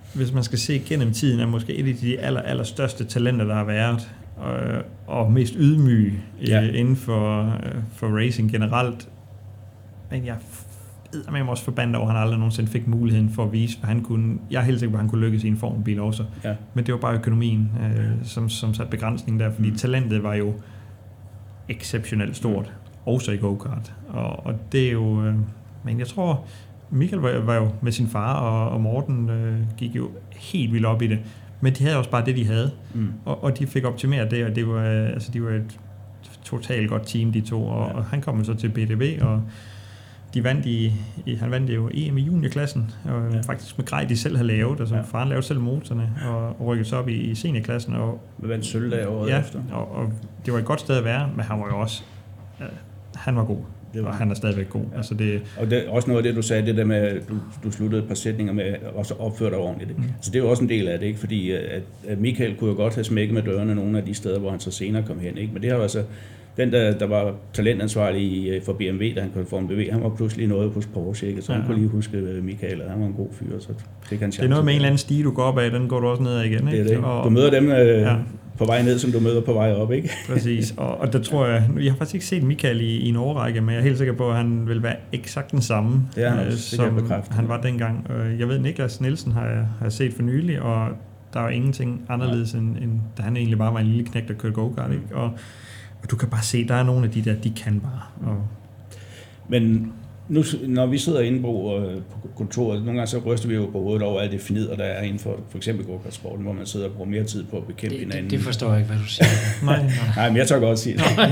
hvis man skal se gennem tiden, er måske et af de aller, aller største talenter, der har været, og, og mest ydmyge ja. inden for, for racing generelt. Men jeg er med mig også forbandet over, at han aldrig nogensinde fik muligheden for at vise, hvad han kunne. Jeg er helt sikker på, at han kunne lykkes i en formbil også. Ja. Men det var bare økonomien, øh, som, som satte begrænsning der, fordi mm. talentet var jo exceptionelt stort, også i go-kart. Og, og det er jo... Øh, men jeg tror, Michael var, var jo med sin far, og, og Morten øh, gik jo helt vildt op i det. Men de havde også bare det, de havde. Mm. Og, og de fik optimeret det, og det var, altså, de var et totalt godt team, de to. Og, ja. og han kom så til B D V, og de vandt i, i, han vandt jo E M i juniorklassen, og ja. faktisk med grej, de selv havde lavet. Altså ja. faren lavede selv motorerne, og, og rykkede sig op i, i seniorklassen. Og vandt sølv der året ja, efter. Og, og det var et godt sted at være, men han var jo også... Ja, han var god. Det var. Og han er stadigvæk god. Ja. Altså det, og det, også noget af det, du sagde, det der med, at du, du sluttede et par sætninger med at også opføre dig ordentligt. Mm. Så det er jo også en del af det, ikke? Fordi at, at Michael kunne jo godt have smækket med dørene nogle af de steder, hvor han så senere kom hen. Ikke? Men det har jo altså, den der, der var talentansvarlig for B M W, da han kom for en B V, han var pludselig noget hos Porsche, ikke? Så han ja. kunne lige huske Michael, og han var en god fyr. Så det, kan det er noget med en eller anden stige, du går op af, den går du også ned ad igen. Ikke? Det er det. Og, du møder dem... Ja. På vej ned, som du møder på vej op, ikke? Præcis, og, og der tror jeg, jeg har faktisk ikke set Michael i, i en årrække, men jeg er helt sikker på, at han vil være eksakt den samme, ja, han, øh, som han var dengang. Jeg ved, Niklas Nielsen har jeg, har jeg set for nylig, og der var ingenting anderledes, end, end da han egentlig bare var en lille knægt, der kørte go-kart, ikke? Og, og du kan bare se, der er nogle af de der, de kan bare. Og men nu, når vi sidder inde på, øh, på kontoret, nogle gange så ryster vi jo på hovedet over alt det finider, der er inden for for eksempel go-kartsporten, hvor man sidder og bruger mere tid på at bekæmpe det, hinanden. Det, det forstår jeg ikke, hvad du siger. nej, nej. nej, men jeg tør godt sige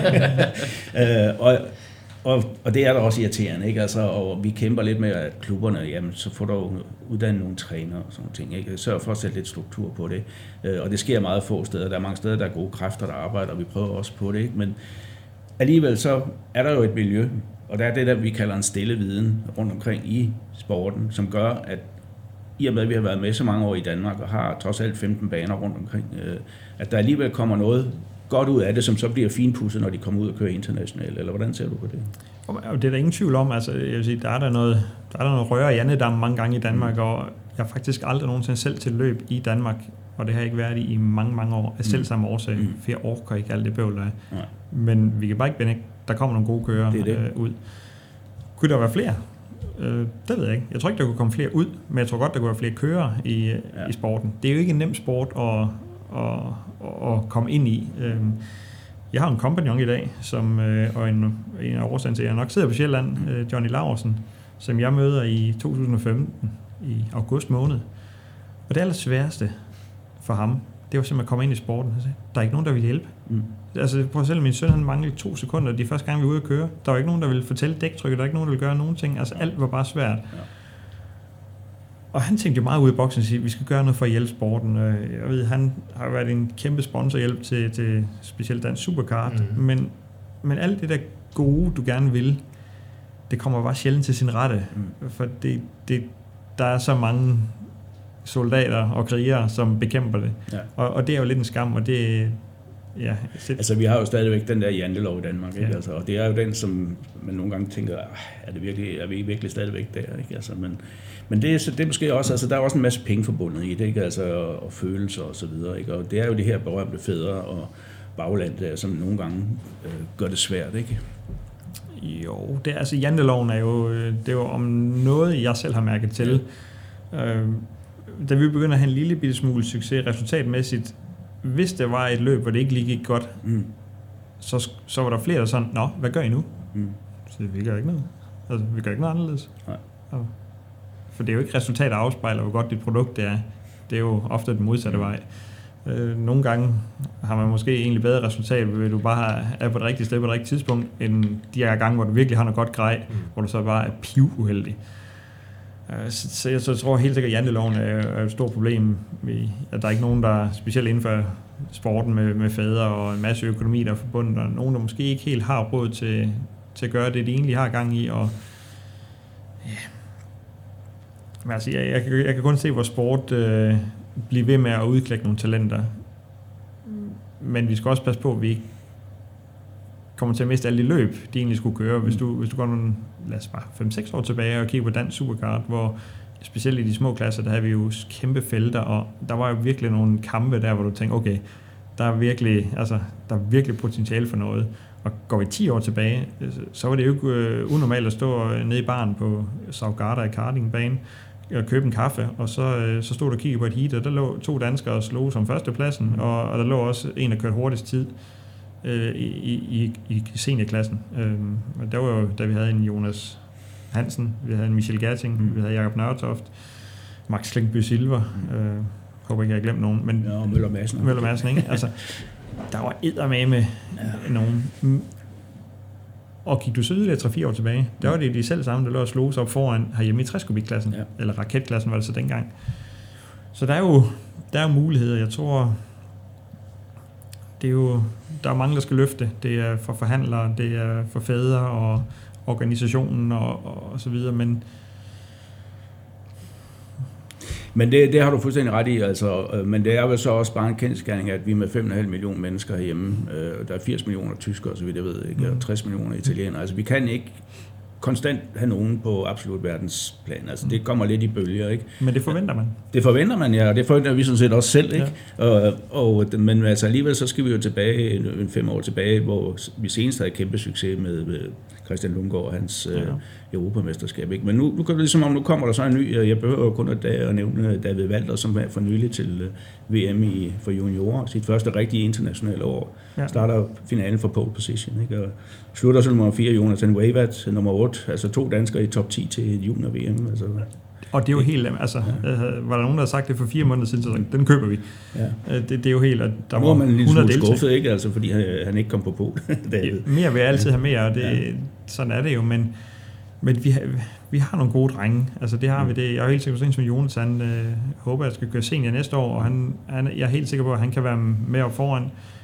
det. øh, og, og, og det er da også irriterende, ikke? Altså, og vi kæmper lidt med, at klubberne, jamen, så får du uddannet nogle trænere og sådan ting, ikke? Sørg for at sætte lidt struktur på det. Øh, og det sker meget få steder. Der er mange steder, der er gode kræfter, der arbejder, og vi prøver også på det, ikke? Men alligevel så er der jo et miljø, og der er det der, vi kalder en stille viden rundt omkring i sporten, som gør, at i og med, at vi har været med så mange år i Danmark, og har trods alt femten baner rundt omkring, øh, at der alligevel kommer noget godt ud af det, som så bliver finpudset, når de kommer ud og kører internationalt, eller hvordan ser du på det? Og det er der ingen tvivl om, altså jeg vil sige, der er der noget, der er der noget røre i Annedam mange gange i Danmark, mm. og jeg har faktisk aldrig nogensinde selv til løb i Danmark, og det har jeg ikke været i i mange, mange år, af selv samme årsag, mm. for jeg orker ikke alt det bøvl, der er. Ja. Men vi kan bare ikke benægte, der kommer nogle gode kører øh, ud. Kunne der være flere? Øh, det ved jeg ikke. Jeg tror ikke, der kunne komme flere ud, men jeg tror godt, der kunne være flere kører i, ja. i sporten. Det er jo ikke en nem sport at, at, at komme ind i. Øh, jeg har en kompagnon i dag, som, øh, og en, en af årsagen til, at jeg nok sidder på Sjælland, øh, Johnny Laursen, som jeg møder i to tusind og femten, i august måned. Og det aller sværeste for ham, det var simpelthen at komme ind i sporten. Der er ikke nogen, der vil hjælpe. Mm. Altså, prøv at selv, min søn, han manglede to sekunder, de første gang, vi var ude at køre. Der var ikke nogen, der ville fortælle dæktrykket, der var ikke nogen, der ville gøre nogen ting. Altså, alt var bare svært. Ja. Og han tænkte jo meget ude i boksen og sige, at vi skal gøre noget for at hjælpe sporten. Jeg ved, han har været en kæmpe sponsorhjælp til, til specielt Dansk Superkart, mm. men, men alt det der gode, du gerne vil, det kommer bare sjældent til sin rette. Mm. For det, det, der er så mange soldater og krigere, som bekæmper det. Ja. Og, og det er jo lidt en skam, og det ja. Altså, vi har jo stadigvæk den der jantelov i Danmark, ikke? Ja. Altså, og det er jo den, som man nogle gange tænker, er, det virkelig, er vi virkelig stadigvæk der, ikke? Altså, men men det, det er måske også, altså, der er også en masse penge forbundet i det, ikke? Altså, og, og følelser og så videre, ikke? Og det er jo det her berømte fædre og bagland der, som nogle gange øh, gør det svært, ikke? Jo, det er, altså janteloven er jo, det er jo om noget, jeg selv har mærket til. Ja. Øh, da vi begynder at have en lille bitte smule succes resultatmæssigt, hvis det var et løb, hvor det ikke lige gik godt, mm. så, så var der flere, der sådan, nå, hvad gør I nu? Mm. Så vi gør ikke noget. Altså, vi gør ikke noget anderledes. Nej. Altså, for det er jo ikke resultat, der afspejler, hvor godt dit produkt det er. Det er jo ofte den modsatte mm. vej. Øh, nogle gange har man måske egentlig bedre resultat, hvis du bare er på det rigtige sted på det rigtige tidspunkt, end de her gange, hvor du virkelig har noget godt grej, mm. hvor du så bare er pivuheldig. Så, så jeg så tror helt sikkert, at janteloven er et stort problem. At der er ikke nogen, der specielt inden for sporten med, med fædre og en masse økonomi, der er forbundet, og nogen, der måske ikke helt har råd til, til at gøre det, de egentlig har gang i. Og, ja. Men altså, jeg, jeg, kan, jeg kan kun se, hvor sport øh, bliver ved med at udklække nogle talenter. Men vi skal også passe på, at vi ikke kommer til at miste alle de løb, de egentlig skulle køre. Hvis du, hvis du går nogle, lad os bare fem seks år tilbage og kigger på Dansk Superkart, hvor specielt i de små klasser, der havde vi jo kæmpe felter, og der var jo virkelig nogle kampe der, hvor du tænkte, okay, der er virkelig, altså, der er virkelig potentiale for noget. Og går vi ti år tilbage, så var det jo ikke øh, unormalt at stå nede i baren på Saugarda i kartingbane og købe en kaffe, og så, øh, så stod der og kiggede på et heat, og der lå to danskere og slog som førstepladsen, og, og der lå også en, der kørte hurtigst tid øh, i, i, i seniorklassen. Øh, der var jo, da vi havde en Jonas Hansen, vi havde en Michel Gatting, mm. vi havde Jakob Nørretoft, Max Klinkby Silver, mm. øh, håber ikke, jeg har glemt nogen, men ja, og Møller Madsen. Møller Madsen, ikke? Altså, der var eddermame med ja. nogen. Og gik du så yderligere tre fire år tilbage, der var det de selv sammen, der lå og slog sig op foran herhjemme i tres kubikklassen, ja. eller raketklassen var det så dengang. Så der er jo, der er jo muligheder. Jeg tror, det er jo, der er mange, der skal løfte. Det er for forhandlere, det er for fædre og organisationen og, og, og så videre, men Men det, det har du fuldstændig ret i, altså, men det er jo så også bare en kendsgerning, at vi med fem komma fem millioner mennesker herhjemme, øh, der er firs millioner tyskere, så vidt jeg ved, ikke, og tres millioner italienere, altså vi kan ikke konstant have nogen på absolut verdensplan, altså det kommer lidt i bølger, ikke? Men det forventer man. Det forventer man, ja, og det forventer vi sådan set også selv, ikke? Ja. Og, og, men altså alligevel så skal vi jo tilbage, en fem år tilbage, hvor vi senest havde kæmpe succes med, med Christian Lundgaard og hans ja. øh, europamesterskab, ikke? Men nu, nu kan det ligesom om, nu kommer der så en ny, jeg behøver kun at, at nævne David Walter, som er for nylig til uh, V M i, for juniorer, sit første rigtige internationale år, ja. starter finalen for pole position, ikke? Og slutter så nummer fire, Jonathan Weyvaert, nummer otte, altså to danskere i top ti til junior V M, altså. Og det er jo helt, altså, ja. øh, var der nogen, der havde sagt det for fire måneder siden, så den køber vi. Ja. Øh, det, det er jo helt, at der var man en lille smule skuffet, ikke? Altså, fordi han, han ikke kom på pol. Mere vil jeg altid have mere, og det, ja. sådan er det jo, men, men vi, har, vi har nogle gode drenge. Altså, det har vi det. Jeg er jo helt sikker på, at Jonas, han øh, håber, at jeg skal køre senior næste år, og han, han, jeg er helt sikker på, at han kan være med op foran.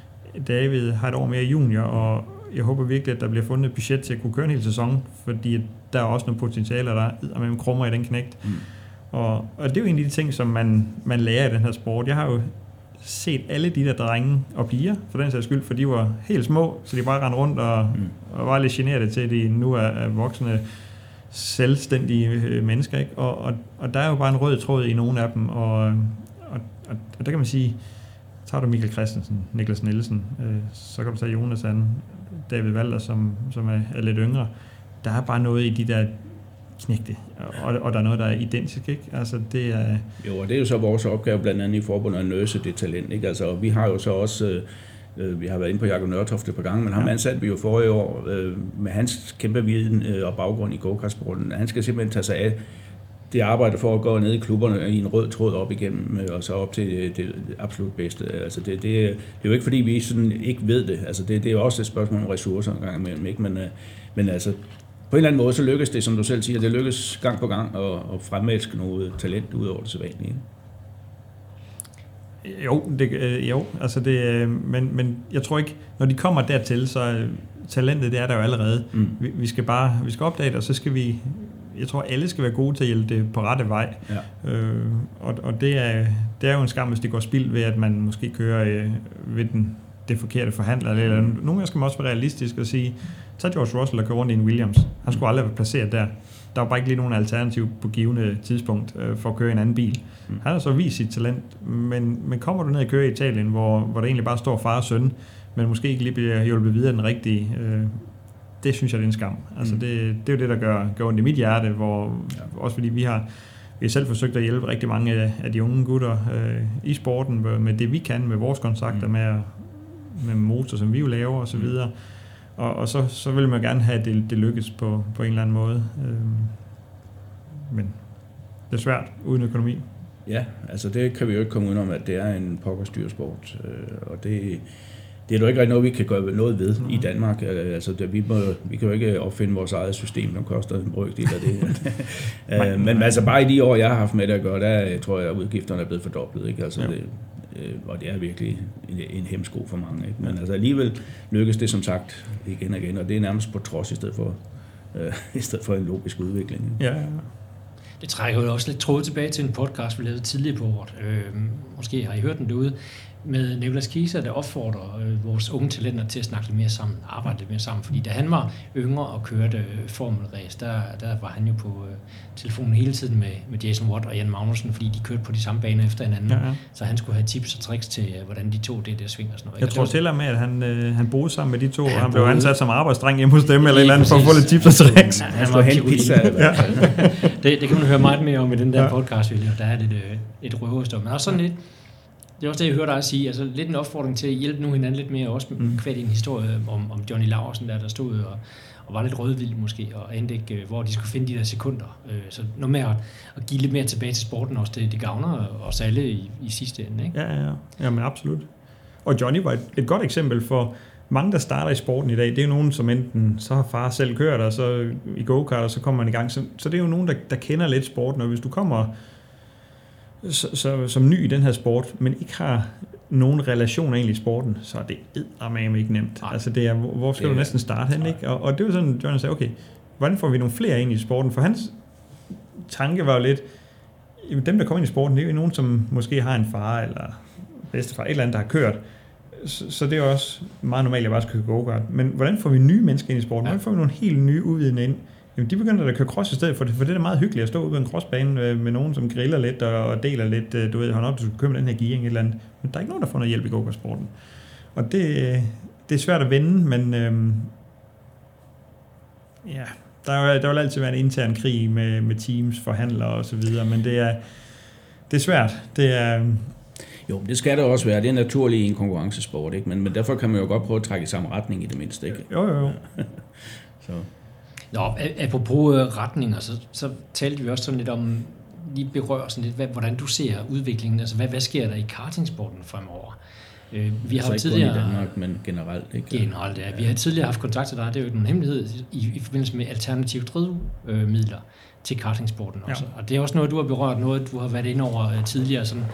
David har et år mere junior, og jeg håber virkelig, at der bliver fundet et budget til at kunne køre en hel sæson, fordi der er også nogle potentialer, der er med krummer i den knægt. Mm. Og, og det er jo en af de ting, som man, man lærer i den her sport. Jeg har jo set alle de der drenge og piger, for den sags skyld, for de var helt små, så de bare rendte rundt og, mm. og var lidt generede til, at de nu er, er voksne, selvstændige mennesker. Ikke? Og, og, og der er jo bare en rød tråd i nogle af dem, og, og, og, og der kan man sige, tager du Michael Christensen, Niklas Nielsen, øh, så kan du tage Jonas Sand, David Walter, som, som er, er lidt yngre. Der er bare noget i de der knægte, og, og der er noget, der er identisk, ikke? Altså, det er... Jo, og det er jo så vores opgave, blandt andet i forbundet at nøse det talent, ikke? Altså, vi har jo så også, øh, vi har været inde på Jakob Nørretoft et par gange, men ham ja. ansatte vi jo forrige år, øh, med hans kæmpe viden øh, og baggrund i go-kartsporten. Han skal simpelthen tage sig af det arbejde for at gå ned i klubberne i en rød tråd op igennem, og så op til det, det absolut bedste. Altså det, det, det er jo ikke, fordi vi sådan ikke ved det. Altså det, det er jo også et spørgsmål om ressourcer en gang imellem, ikke? Men, men altså, på en eller anden måde, så lykkes det, som du selv siger, det lykkes gang på gang at, at fremmelske noget talent ud over det sædvanlige. Jo, det, øh, jo, altså det, øh, men, men jeg tror ikke, når de kommer dertil, så øh, talentet, det er der jo allerede. Mm. Vi, vi skal bare, vi skal opdage det, og så skal vi, jeg tror, alle skal være gode til at hjælpe det på rette vej. Ja. Øh, og og det, er, det er jo en skam, hvis det går spildt ved, at man måske kører øh, ved den, det forkerte forhandler. Eller, eller nogle gange skal man også være realistisk og sige, tag George Russell og køre rundt i en Williams. Han skulle aldrig være placeret der. Der var bare ikke lige nogen alternativ på givende tidspunkt øh, for at køre en anden bil. Mm. Han har så vist sit talent, men, men kommer du ned og kører i Italien, hvor, hvor der egentlig bare står far og søn, men måske ikke lige bliver hjulpet videre den rigtige, øh, det synes jeg, det er en skam. Altså, mm. det, det er jo det, der gør, gør ondt i mit hjerte, hvor, ja. også fordi vi har, vi har selv forsøgt at hjælpe rigtig mange af, af de unge gutter øh, i sporten, med det vi kan, med vores kontakter, mm. med, med motor, som vi jo laver og så videre. Og, og så, så vil man gerne have, at det, det lykkes på, på en eller anden måde. Øhm, men det er svært uden økonomi. Ja, altså det kan vi jo ikke komme udenom, at det er en pokkerstyrsport. Øh, og det, det er jo ikke rigtig noget, vi kan gøre noget ved mm. i Danmark. Altså det, vi, må, vi kan jo ikke opfinde vores eget system, der koster en brøkdel af det. øh, men altså bare i de år, jeg har haft med det at gøre, der tror jeg, at udgifterne er blevet fordoblet. Ikke? Altså, det, og det er virkelig en, en hemsko for mange. Ikke? Men altså alligevel lykkes det som sagt igen og igen, og det er nærmest på trods i stedet for, øh, i stedet for en logisk udvikling. Ikke? Ja, ja. Det trækker jo også lidt tråd tilbage til en podcast, vi lavede tidligere på året. Øh, måske har I hørt den derude, med Nicolas Kieser, der opfordrer øh, vores unge talenter til at snakke lidt mere sammen, arbejde lidt mere sammen. Fordi da han var yngre og kørte øh, formelræs, der, der var han jo på øh, telefonen hele tiden med, med Jason Watt og Jan Magnussen, fordi de kørte på de samme baner efter hinanden. Ja, ja. Så han skulle have tips og tricks til, øh, hvordan de to det der sving og sådan noget. Jeg tror til og med, at han, øh, han boede sammen med de to, og han, han blev ansat som arbejdsdreng hjemme hos dem, eller et eller andet, for at få lidt tips og tricks. Ja, han skulle hente pizza. Ja. det, det kan man høre meget mere om i den der ja. podcast, vi laver. Der er lidt øh, et røverstøv. Men også sådan lidt. Det er også det, jeg hørte dig sige, altså lidt en opfordring til at hjælpe nu hinanden lidt mere, også med mm. kvad i en historie om, om Johnny Laursen, der, der stod og, og var lidt rødvild måske, og endte ikke, hvor de skulle finde de der sekunder. Så noget med at, at give lidt mere tilbage til sporten også, det, det gavner os alle i, i sidste ende, ikke? Ja, ja, ja. Jamen absolut. Og Johnny var et, et godt eksempel for mange, der starter i sporten i dag. Det er jo nogen, som enten så har far selv kørt, og så i go-kart, og så kommer man i gang. Så, så det er jo nogen, der, der kender lidt sporten, og hvis du kommer Så, så, som ny i den her sport, men ikke har nogen relation egentlig i sporten, så er det eddermame ikke nemt. Nej. Altså det er, hvor skal det, du næsten starte hen, ikke? Og, og det var sådan, John sagde, okay, hvordan får vi nogle flere ind i sporten? For hans tanke var jo lidt, dem der kommer ind i sporten, det er jo nogen, som måske har en far eller bedstefar, et eller andet, der har kørt. Så, så det er også meget normalt, at jeg bare skal køre go-kart. Men hvordan får vi nye mennesker ind i sporten? Hvordan får vi nogle helt nye udvidende ind? Jamen, de begynder at køre cross i stedet for det, for det er meget hyggeligt at stå ude på en crossbane med, med nogen, som griller lidt og deler lidt, du ved, hold op, du skal købe den her gearing eller andet. Men der er ikke nogen, der får noget hjælp i go-kart-sporten. Og det, det er svært at vende, men øhm, ja, der, der vil altid være en intern krig med, med teams, forhandlere og så videre, men det er, det er svært. Det er, Jo, det skal det også være. Det er naturligt i en konkurrencesport, ikke? Men, men derfor kan man jo godt prøve at trække i samme retning i det mindste, ikke? Jo, jo, jo. Så. Nå, apropos retninger, så, så talte vi også sådan lidt om, lige berører sådan lidt, hvad, hvordan du ser udviklingen, altså hvad, hvad sker der i kartingsporten fremover? Øh, vi har altså tidligere, ikke kun i Danmark, men generelt, ikke? Generelt, ja. Vi har tidligere haft kontakt til dig, det er jo ikke nogen hemmelighed, i, i forbindelse med alternative drivmidler til kartingsporten også. Ja. Og det er også noget, du har berørt, noget du har været inde over tidligere, sådan.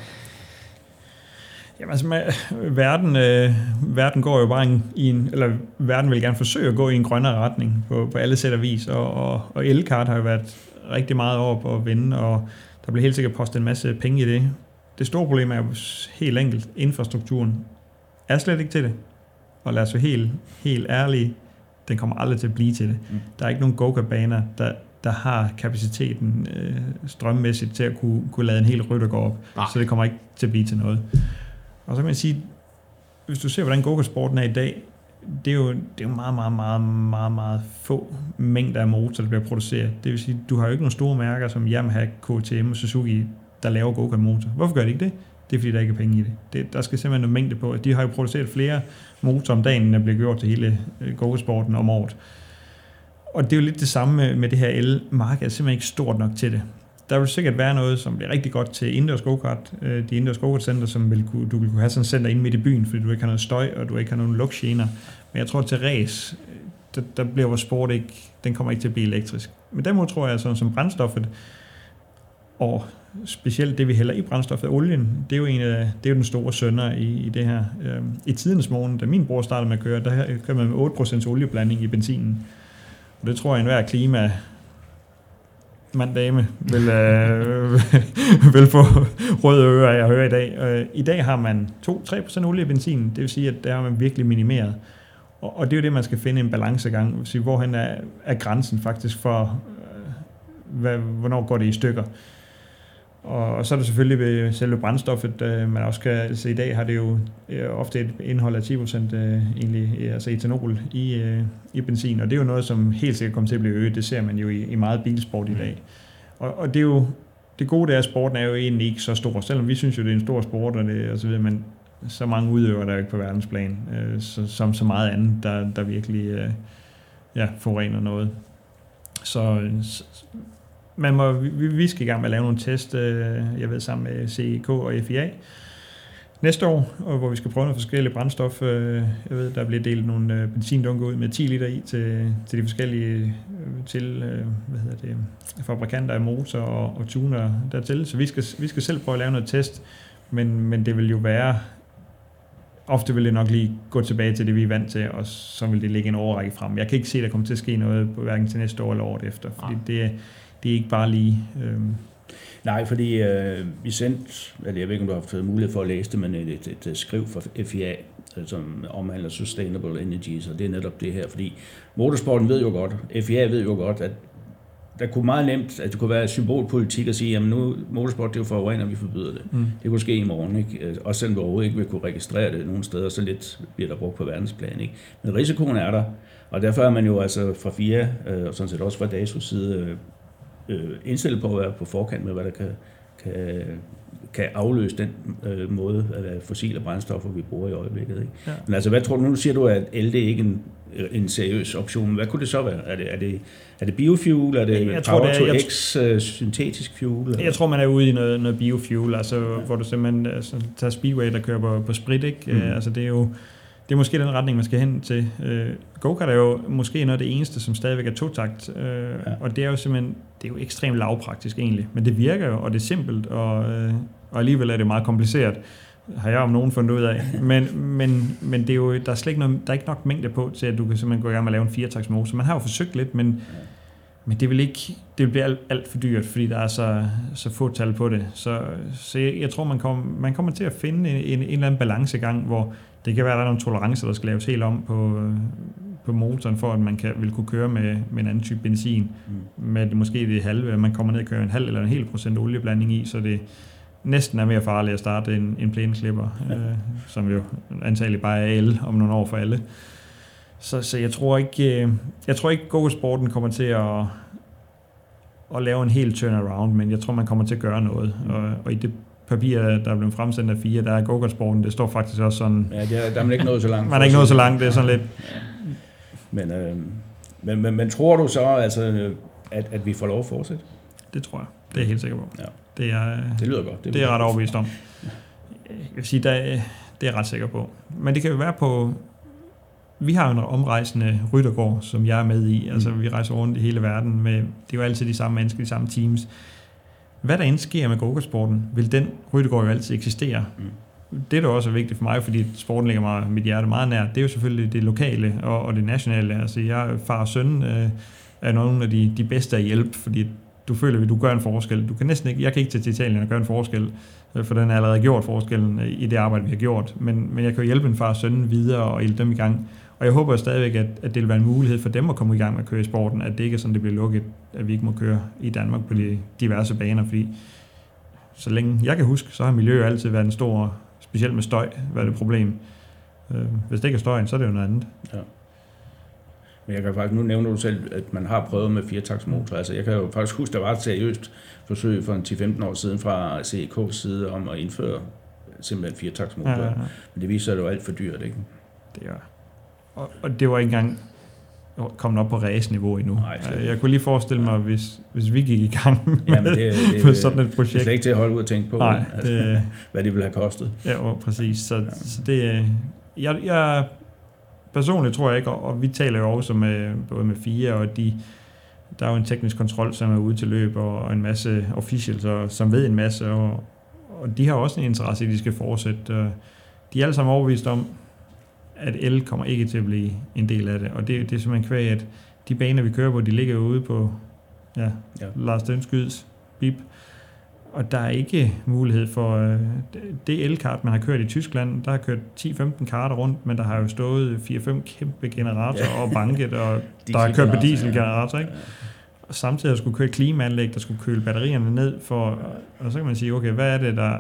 Jamen altså, med, verden, øh, verden går jo bare i en, eller verden vil gerne forsøge at gå i en grønnere retning på, på alle sæt og vis, og, og, og elkart har jo været rigtig meget over på at vinde, og der bliver helt sikkert postet en masse penge i det. Det store problem er jo helt enkelt, infrastrukturen er slet ikke til det, og lad os være helt, helt ærlige, den kommer aldrig til at blive til det. Mm. Der er ikke nogen go-kart-baner, der, der har kapaciteten øh, strømmæssigt til at kunne, kunne lade en hel rytter gå op, Nej. Så det kommer ikke til at blive til noget. Og så kan man sige, hvis du ser, hvordan go-kart-sporten er i dag, det er jo, det er jo meget, meget, meget, meget, meget få mængder af motor, der bliver produceret. Det vil sige, du har jo ikke nogle store mærker som Yamaha, K T M og Suzuki, der laver go-kart-motor. Hvorfor gør de ikke det? Det er, fordi der ikke er penge i det. det der skal simpelthen noget mængde på. De har jo produceret flere motorer om dagen, end der bliver gjort til hele go-kart-sporten om året. Og det er jo lidt det samme med, med det her el-marked, er simpelthen ikke stort nok til det. Der vil sikkert være noget, som bliver rigtig godt til indendørs go-kart. De indendørs go-kart-center, som vil kunne, du vil kunne have sådan et center inde midt i byen, fordi du ikke har noget støj, og du ikke har nogen lugtgener. Men jeg tror, til race, der, der bliver vores sport ikke, den kommer ikke til at blive elektrisk. Men derimod tror jeg, sådan som brændstoffet, og specielt det, vi hælder i brændstoffet, olien, det er jo, en af, det er jo den store sønder i, i det her. I tidens morgen, da min bror startede med at køre, der kørte man med otte procent olieblanding i benzinen. Og det tror jeg, enhver klima mand dame vil, øh, vil få røde ører af at høre i dag. Øh, I dag har man to til tre procent olie i benzin, det vil sige, at der har man virkelig minimeret. Og, og det er jo det, man skal finde en balancegang, sige, hvorhen er, er grænsen faktisk for, øh, hvad, hvornår går det i stykker. Og, og så er det selvfølgelig ved selve brændstoffet, øh, man også kan se, i dag har det jo øh, ofte et indhold af ti procent øh, egentlig, altså etanol i, øh, i benzin, og det er jo noget, som helt sikkert kommer til at blive øget. Det ser man jo i, i meget bilsport i dag. Og, og det er jo, det gode der, at sporten er jo egentlig ikke så stor, selvom vi synes jo, det er en stor sport, og, det, og så videre, men så mange udøver der jo ikke på verdensplan, øh, så, som så meget andet, der, der virkelig øh, ja, forurener noget. Så, så man må, vi, vi skal i gang med at lave nogle test, jeg ved, sammen med C E K og F I A næste år, hvor vi skal prøve nogle forskellige brændstof. Jeg ved, der bliver delt nogle benzindunker ud med ti liter i til, til de forskellige til, hvad hedder det, fabrikanter af motor og, og tuner dertil. Så vi skal, vi skal selv prøve at lave noget test, men, men det vil jo være, ofte vil det nok lige gå tilbage til det, vi er vant til, og så vil det ligge en overrække frem. Jeg kan ikke se, at der kommer til at ske noget på hverken til næste år eller året efter, fordi det det er ikke bare lige... Øh, Nej, fordi øh, vi sendte, eller jeg ved ikke, om du har fået mulighed for at læse det, men et, et, et skriv fra F I A, som omhandler Sustainable Energies, og det er netop det her, fordi motorsporten ved jo godt, F I A ved jo godt, at der kunne meget nemt, at det kunne være symbolpolitik at sige, jamen nu, motorsport, det er jo forurener, vi forbyder det. Mm. Det kunne ske i morgen, ikke? Også selvom vi overhovedet ikke vil kunne registrere det nogle steder, så lidt bliver der brugt på verdensplan, ikke? Men risikoen er der, og derfor er man jo altså fra F I A, og sådan set også fra DASUs side, øh, indstillet på at være på forkant med, hvad der kan, kan, kan afløse den øh, måde af fossile brændstoffer, vi bruger i øjeblikket. Ikke? Ja. Men altså, hvad tror du, nu siger du, at el det er ikke en, en seriøs option. Hvad kunne det så være? Er det, er det, er det biofuel? Er det jeg power tror, det er, to x uh, syntetisk fuel? Eller? Jeg tror, man er ude i noget, noget biofuel, altså, ja. hvor du simpelthen altså, tager Speedway, der kører på, på sprit. Ikke? Mm. Uh, altså, det er jo det er måske den retning, man skal hen til. Uh, go-kart er jo måske noget af det eneste, som stadigvæk er totakt, uh, ja. og det er jo simpelthen det er jo ekstremt lavpraktisk egentlig, men det virker jo, og det er simpelt, og, uh, og alligevel er det meget kompliceret, har jeg om nogen fundet ud af. Men, men, men det er jo, der er slet ikke, noget, der er ikke nok mængde på, til at du kan simpelthen gå i gang med at lave en firetaktsmotor. Man har jo forsøgt lidt, men, ja. men det vil ikke, det vil blive alt, alt for dyrt, fordi der er så, så få tal på det. Så, så jeg, jeg tror, man kommer, man kommer til at finde en, en, en eller anden balancegang, hvor det kan være, at der er nogle tolerancer, der skal laves helt om på, på motoren, for at man kan, vil kunne køre med, med en anden type benzin. Mm. Med måske det halve, man kommer ned og kører en halv eller en hel procent olieblanding i, så det næsten er mere farligt at starte en, en plæneklipper, ja. øh, som jo antageligt bare er el om nogle år for alle. Så, så jeg tror ikke, øh, jeg tror ikke go-sporten kommer til at, at lave en helt turnaround, men jeg tror, man kommer til at gøre noget. Mm. Og, og i det papir, der er blevet fremsendt af fire, der er go-sporten, det står faktisk også sådan... Ja, det er, der er man ikke nået så langt. Man er ikke nået så langt, det er sådan lidt... Ja. Men, øh, men, men, men tror du så, altså, at, at vi får lov at fortsætte? Det tror jeg. Det er jeg helt sikker på. Ja. Det, er, det lyder godt. Det, det er jeg ret overbevist om. Jeg vil sige, der, det er jeg ret sikker på. Men det kan jo være på... Vi har jo en omrejsende ryttergård, som jeg er med i. Mm. Altså, vi rejser rundt i hele verden med... Det er jo altid de samme mennesker, de samme teams. Hvad der end sker med go-kartsporten, vil den ryttergård jo altid eksistere. Mm. Det, der også er vigtigt for mig, fordi sporten ligger mig mit hjerte meget nær, det er jo selvfølgelig det lokale og, og det nationale. Altså, jeg far og søn øh, er nogle af de, de bedste at hjælpe, fordi du føler, at du gør en forskel. Du kan næsten ikke, jeg kan ikke tage til Italien og gøre en forskel, for den har allerede gjort forskellen i det arbejde, vi har gjort. Men, men jeg kan jo hjælpe en far og søn videre og hjælpe dem i gang. Og jeg håber stadigvæk, at, at det vil være en mulighed for dem at komme i gang med at køre i sporten, at det ikke er sådan, det bliver lukket, at vi ikke må køre i Danmark på de diverse baner, fordi så længe jeg kan huske, så har miljø altid været en stor, specielt med støj, været et problem. Hvis det ikke er støjen, så er det jo noget andet. Ja. Men jeg kan faktisk, nu nævner du selv, at man har prøvet med firetaktsmotor. Altså jeg kan jo faktisk huske, der var et seriøst forsøg for en ti til femten år siden fra C E K's side om at indføre simpelthen firetaktsmotor. Ja, ja, ja. Men det viser sig, at det var alt for dyrt, ikke? Det gør. Og, og det var ikke engang kommet op på race-niveau endnu. Nej, jeg kunne lige forestille mig, hvis, hvis vi gik i gang med, ja, men det, det, med sådan et projekt. Det er slet ikke til at holde ud og tænke på, Nej, altså, det, hvad det ville have kostet. Ja, præcis. Så, ja. så det... Jeg, jeg personligt tror jeg ikke, og vi taler jo også med, både med F I A, og de, der er jo en teknisk kontrol, som er ude til løb, og en masse officials, som ved en masse, og, og de har også en interesse i, at de skal fortsætte. De er alle sammen overbevist om, at el kommer ikke til at blive en del af det, og det, det er simpelthen kvæg, at de baner, vi kører på, de ligger ude på ja, ja. Lars Dønskyds bip, og der er ikke mulighed for øh, det el-kart, man har kørt i Tyskland. Der har kørt ti til femten karter rundt, men der har jo stået fire til fem kæmpe generatorer ja. og banket, og der har kørt på dieselgenerator, ikke? Ja. Og samtidig har skulle køre et klimaanlæg, der skulle køle batterierne ned for, og så kan man sige, okay, hvad er det, der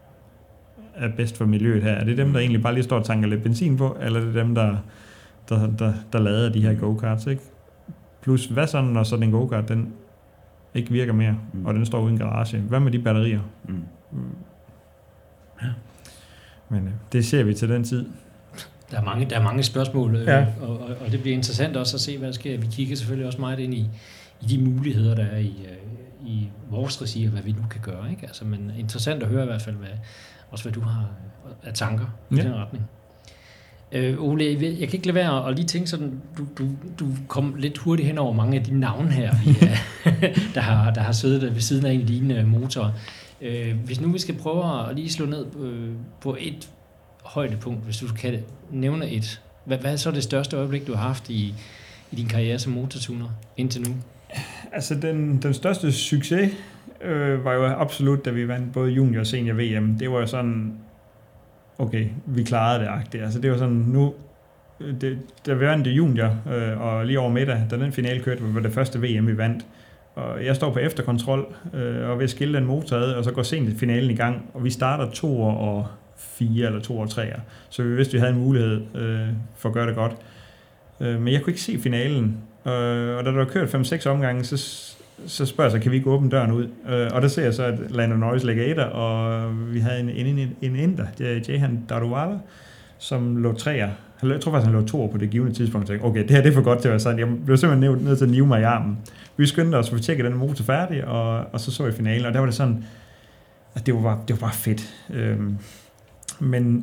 er bedst for miljøet her? Er det dem, der egentlig bare lige står og tanker lidt benzin på, eller er det dem, der, der, der, der lader de her go-karts, ikke? Plus, hvad så, når sådan en go-kart, den ikke virker mere, mm. og den står uden garage. Hvad med de batterier? Mm. Mm. Ja. Men øh, det ser vi til den tid. Der er mange, der er mange spørgsmål, øh, ja. og, og, og det bliver interessant også at se, hvad der sker. Vi kigger selvfølgelig også meget ind i, i de muligheder, der er i, øh, i vores regi, og hvad vi nu kan gøre. Ikke? Altså, men interessant at høre i hvert fald, hvad, også hvad du har af tanker i ja. den retning. Øh, Ole, jeg kan ikke lade være at lige tænke sådan, du, du, du kom lidt hurtigt hen over mange af de navne her, vi, der, har, der har siddet ved siden af en lignende motor. Øh, hvis nu vi skal prøve at lige slå ned øh, på et højdepunkt, hvis du kan nævne et, hvad, hvad er så det største øjeblik, du har haft i, i din karriere som motortuner indtil nu? Altså, den, den største succes øh, var jo absolut, da vi vandt både junior og senior V M. Det var jo sådan, okay, vi klarede det. Altså, det var sådan, nu, det, da vi vandt det junior, øh, og lige over middag, da den finale kørte, var det første V M, vi vandt. Og jeg står på efterkontrol, øh, og ved at skille den motor ad, og så går sent finalen i gang, og vi starter to og fire eller to og tre. Så vi vidste, vi havde en mulighed øh, for at gøre det godt. Øh, men jeg kunne ikke se finalen, øh, og da der var kørt fem seks omgange, så, så spørger jeg så, kan vi ikke åbne døren ud? Øh, og der ser jeg så, at Lando Norris ligger etter, og vi havde en, en, en, en inder, Jehan Daruvala, som lå treer. Jeg tror faktisk, han lå toer på det givende tidspunkt. Jeg tænkte, okay, det her det er for godt til at være sådan. Jeg blev simpelthen nødt til at nive mig i armen. Vi skyndte os, vi tjekkede den motor færdig, og, og så så i finalen, og der var det sådan, at det var bare, det var bare fedt. Øhm, men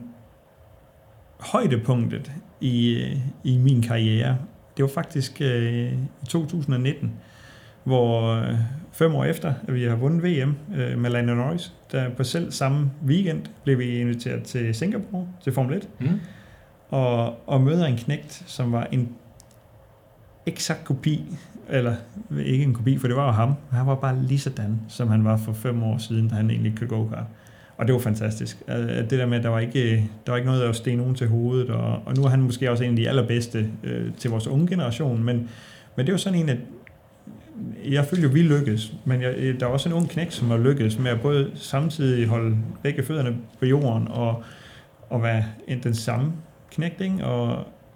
højdepunktet i, i min karriere, det var faktisk øh, i to tusind nitten, hvor øh, fem år efter, at vi har vundet V M øh, med Lando Norris, der på selv samme weekend blev vi inviteret til Singapore, til Formel et, mm. og, og møder en knægt, som var en eksakt kopi, eller ikke en kopi, for det var jo ham. Han var bare lige sådan, som han var for fem år siden, da han egentlig kørte go-kart. Og det var fantastisk. Det der med, at der var ikke, der var ikke noget, der var steg nogen til hovedet, og, og nu er han måske også en af de allerbedste øh, til vores unge generation, men, men det var sådan en, at jeg følte jo, vi lykkedes, men jeg, der var også en ung knægt, som var lykkedes med at både samtidig holde begge fødderne på jorden, og, og være den samme knægt, ikke? Og,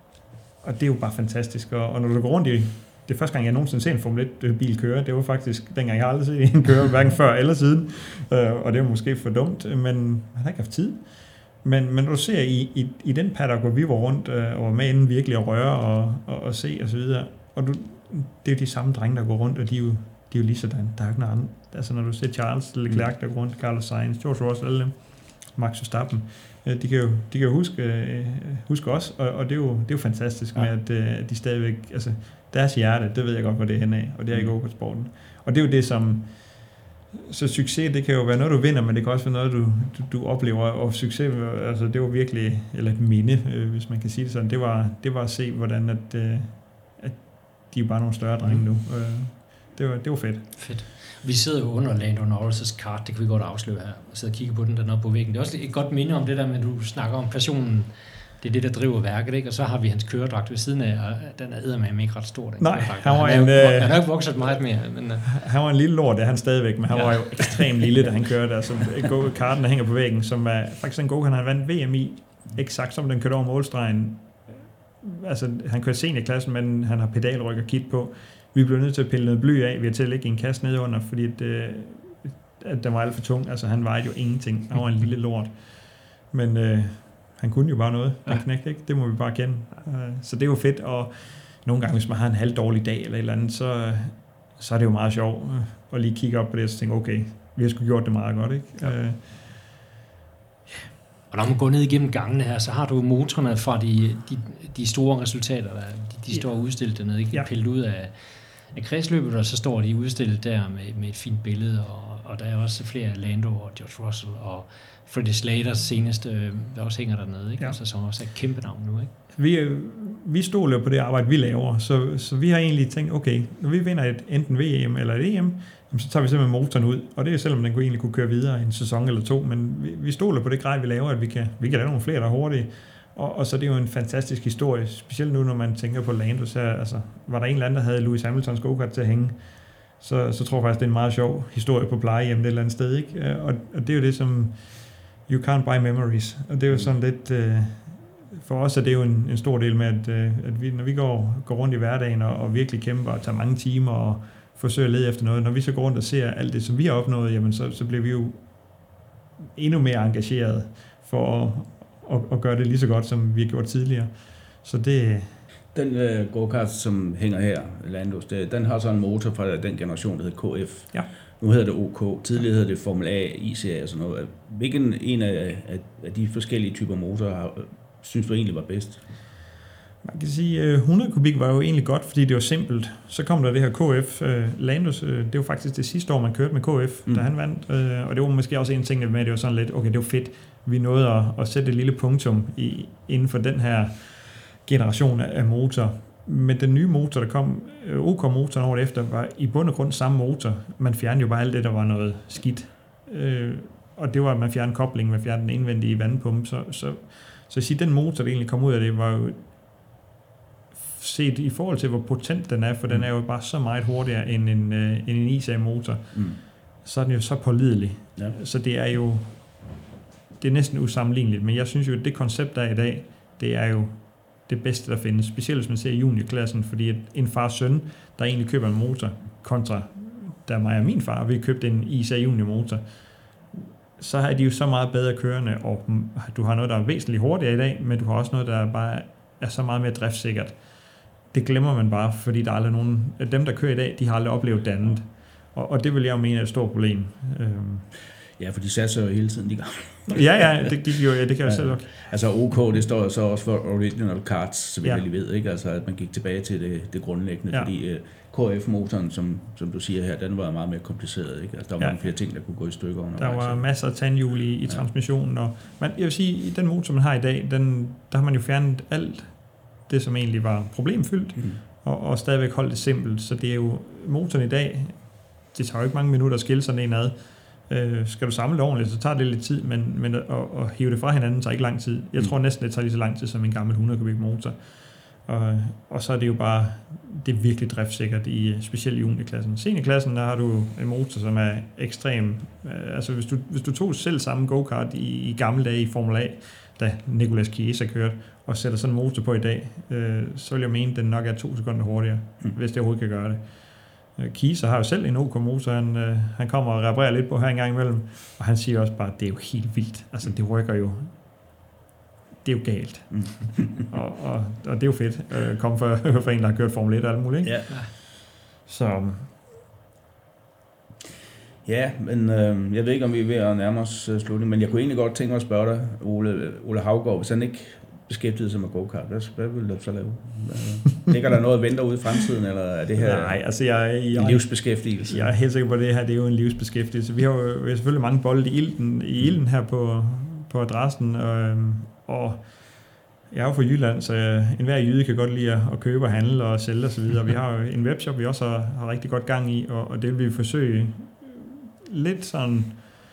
og det er jo bare fantastisk. Og, og når du går rundt i, det første gang, jeg nogensinde ser en Formel et-bil køre, det var faktisk dengang, jeg aldrig set en køre, hverken før eller siden. Øh, og det var måske for dumt, men man har ikke haft tid. Men, men når du ser i, i, i den paddock, hvor vi var rundt øh, og var med inden virkelig at røre og, og, og se og så videre, og du, det er jo de samme drenge, der går rundt, og de er jo, de er jo lige sådan. Der er ikke noget andet. Altså når du ser Charles Leclerc, der går rundt, Carlos Sainz, George Russell, alle dem, Max Verstappen, de kan jo, de kan jo huske, huske os, og, og det, er jo, det er jo fantastisk ja. med, at, at de stadigvæk, altså deres hjerte, det ved jeg godt, hvor det er henne af, og det er i go-kart-sporten. Og det er jo det, som, så succes, det kan jo være noget, du vinder, men det kan også være noget, du, du, du oplever, og succes, altså det var virkelig, eller et minde, hvis man kan sige det sådan, det var, det var at se, hvordan at, at de er bare nogle større drenge nu. Det var, det var fedt. Fedt. Vi sidder jo under Lando Norris' kart, det kan vi godt afsløre her, og sidder og kigger på den der på væggen. Det er også et godt minde om det der med, at du snakker om passionen. Det er det, der driver værket, ikke? Og så har vi hans køredragt ved siden af, og den er eddermame ikke ret stor. Nej, han var han en... Er, han har ikke vokset meget mere. Men, uh... Han var en lille lort, det er han stadigvæk, men han ja. var jo ekstremt lille, da han kørte der. Så karten, der hænger på væggen, som er faktisk en god, han har vandt V M i, eksakt som den kørte over målstregen. Altså, han kørte seniorklassen, men han har pedalryg og kit på. Vi blev nødt til at pille noget bly af, vi har til at lægge en kasse ned under, fordi at, at den var alt for tung. Altså, han vejede jo ingenting. Han var en lille lort. Men øh, han kunne jo bare noget. Han knægte, ikke? Det må vi bare kende. Så det er jo fedt, og nogle gange, hvis man har en halv dårlig dag eller et eller andet, så, så er det jo meget sjovt at lige kigge op på det og tænke, okay, vi har sgu gjort det meget godt, ikke? Ja. Øh, Og når man går ned igennem gangene her, så har du motorerne fra de, de, de store resultater, der, de, de står udstillet dernede, ikke? Ja. Pillet ud af, af kredsløbet, og så står de udstillet der med, med et fint billede, og, og der er også flere Lando og George Russell og Freddie Slaters seneste, der også hænger dernede, ikke? Ja. Altså, som også er et kæmpe navn nu, ikke? Vi, vi stoler på det arbejde, vi laver, så, så vi har egentlig tænkt, okay, når vi vinder et, enten V M eller et E M, så tager vi simpelthen motoren ud, og det er selvom den kunne egentlig kunne køre videre en sæson eller to, men vi, vi stoler på det grej, vi laver, at vi kan, vi kan lave nogle flere, der er hurtige, og, og så det er jo en fantastisk historie, specielt nu, når man tænker på Lando, så altså, var der en eller anden, der havde Lewis Hamiltons go-kart til at hænge, så, så tror jeg faktisk, det er en meget sjov historie på plejehjem et eller andet sted, ikke? Og, og det er jo det, som you can't buy memories, og det er jo sådan lidt... Øh, for os er det jo en, en stor del med, at, at vi, når vi går, går rundt i hverdagen og, og virkelig kæmper og tager mange timer og forsøger at lede efter noget, når vi så går rundt og ser alt det, som vi har opnået, jamen så, så bliver vi jo endnu mere engageret for at, at, at gøre det lige så godt, som vi har gjort tidligere. Så det... Den uh, go-kart, som hænger her, Landos, det, den har så en motor fra den generation, der hedder K F. Ja. Nu hedder det O K. Tidligere hedder det Formel A, I C A og sådan noget. Hvilken en af, af, af de forskellige typer motorer har, synes du egentlig var bedst? Man kan sige, hundrede kubik var jo egentlig godt, fordi det var simpelt. Så kom der det her K F. Landos, det var faktisk det sidste år, man kørte med K F, mm. da han vandt. Og det var måske også en ting med, at det var sådan lidt, okay, det var fedt. Vi nåede at, at sætte et lille punktum i, inden for den her generation af motor. Men den nye motor, der kom, OK-motoren året efter, var i bund og grund samme motor. Man fjernede jo bare alt det, der var noget skidt. Øh, og det var, at man fjernede koblingen, man fjernede den indvendige vandpumpe. Så, så, så at sige, den motor, der egentlig kom ud af det, var jo set i forhold til, hvor potent den er, for den er jo bare så meget hurtigere end en, øh, end en I S A-motor. Mm. Så er den jo så pålidelig. Ja. Så det er jo det er næsten usammenligneligt. Men jeg synes jo, at det koncept, der er i dag, det er jo det bedste, der findes. Specielt hvis man ser juniorklassen, fordi at en far og søn, der egentlig køber en motor, kontra der mig og min far, vi købte en I S A juniormotor, så er de jo så meget bedre kørende, og du har noget, der er væsentligt hurtigere i dag, men du har også noget, der bare er så meget mere driftssikkert. Det glemmer man bare, fordi der er aldrig nogen af dem, der kører i dag, de har aldrig oplevet det andet. Og, og det vil jeg jo mene er et stort problem. Ja, for de satser jo hele tiden, de gamle. ja, ja, det gik jo, ja, det kan jeg ja, selv nok. Altså OK, det står så også for Original Cards, som ja. jeg lige ved, ikke? Altså at man gik tilbage til det, det grundlæggende, ja. fordi uh, K F-motoren, som, som du siger her, den var meget mere kompliceret, ikke? Altså der var ja. mange flere ting, der kunne gå i stykker undervejs. Der var masser af tandhjul i, i ja. transmissionen, og man, jeg vil sige, i den motor, man har i dag, den, der har man jo fjernet alt det, som egentlig var problemfyldt, mm. og, og stadigvæk holdt det simpelt, så det er jo, motoren i dag, det tager jo ikke mange minutter at skille sådan en ad. Øh, skal du samle det ordentligt, så tager det lidt tid, men, men at, at hive det fra hinanden tager ikke lang tid. Jeg tror næsten, det tager lige så lang tid som en gammel hundrede kubik motor. Og, og så er det jo bare, det er virkelig driftsikkert, i, specielt i juniorklassen. Seniorklassen, der har du en motor, som er ekstrem. Øh, altså hvis du, hvis du tog selv samme go-kart i, i gamle dage i Formel A, da Nicolas Chiesa kørte, og sætter sådan en motor på i dag, øh, så vil jeg mene, at den nok er to sekunder hurtigere, mm. hvis det overhovedet kan gøre det. Chiesa har jo selv en OK-motor, han, øh, han kommer og reparerer lidt på her en gang imellem, og han siger også bare, at det er jo helt vildt. Altså, det rykker jo. Det er jo galt. Mm. og, og, og det er jo fedt at komme for, for en, der har kørt Formel et og alt muligt, ikke? Ja. Så... Ja, men øh, jeg ved ikke, om vi er ved at nærme os uh, slutningen, men jeg kunne egentlig godt tænke mig at spørge dig, Ole, Ole Haugaard, hvis han ikke beskæftiget sig med go-kart, hvad, hvad vil du så lave? Ligger der noget at vente ude i fremtiden, eller er det her Nej, altså jeg, jeg, en livsbeskæftigelse? Jeg er helt sikker på, at det her det er jo en livsbeskæftigelse. Vi har jo vi har selvfølgelig mange bolde i ilden, i ilden her på, på adressen, og, og jeg er jo fra Jylland, så enhver jyde kan godt lide at købe og handle og sælge osv. Vi har jo en webshop, vi også har, har rigtig godt gang i, og, og det vil vi forsøge lidt sådan...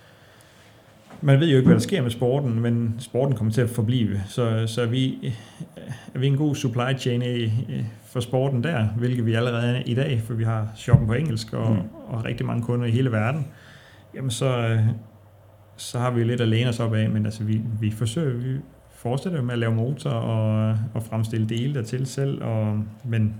Man ved jo ikke, hvad der sker med sporten, men sporten kommer til at forblive. Så, så er, vi, er vi en god supply chain i, for sporten der, hvilket vi allerede er i dag, for vi har shoppen på engelsk og, mm. og rigtig mange kunder i hele verden. Jamen så, så har vi lidt at læne os op af, men altså vi, vi forsøger, vi fortsætter med at lave motor og, og fremstille dele dertil selv, og, men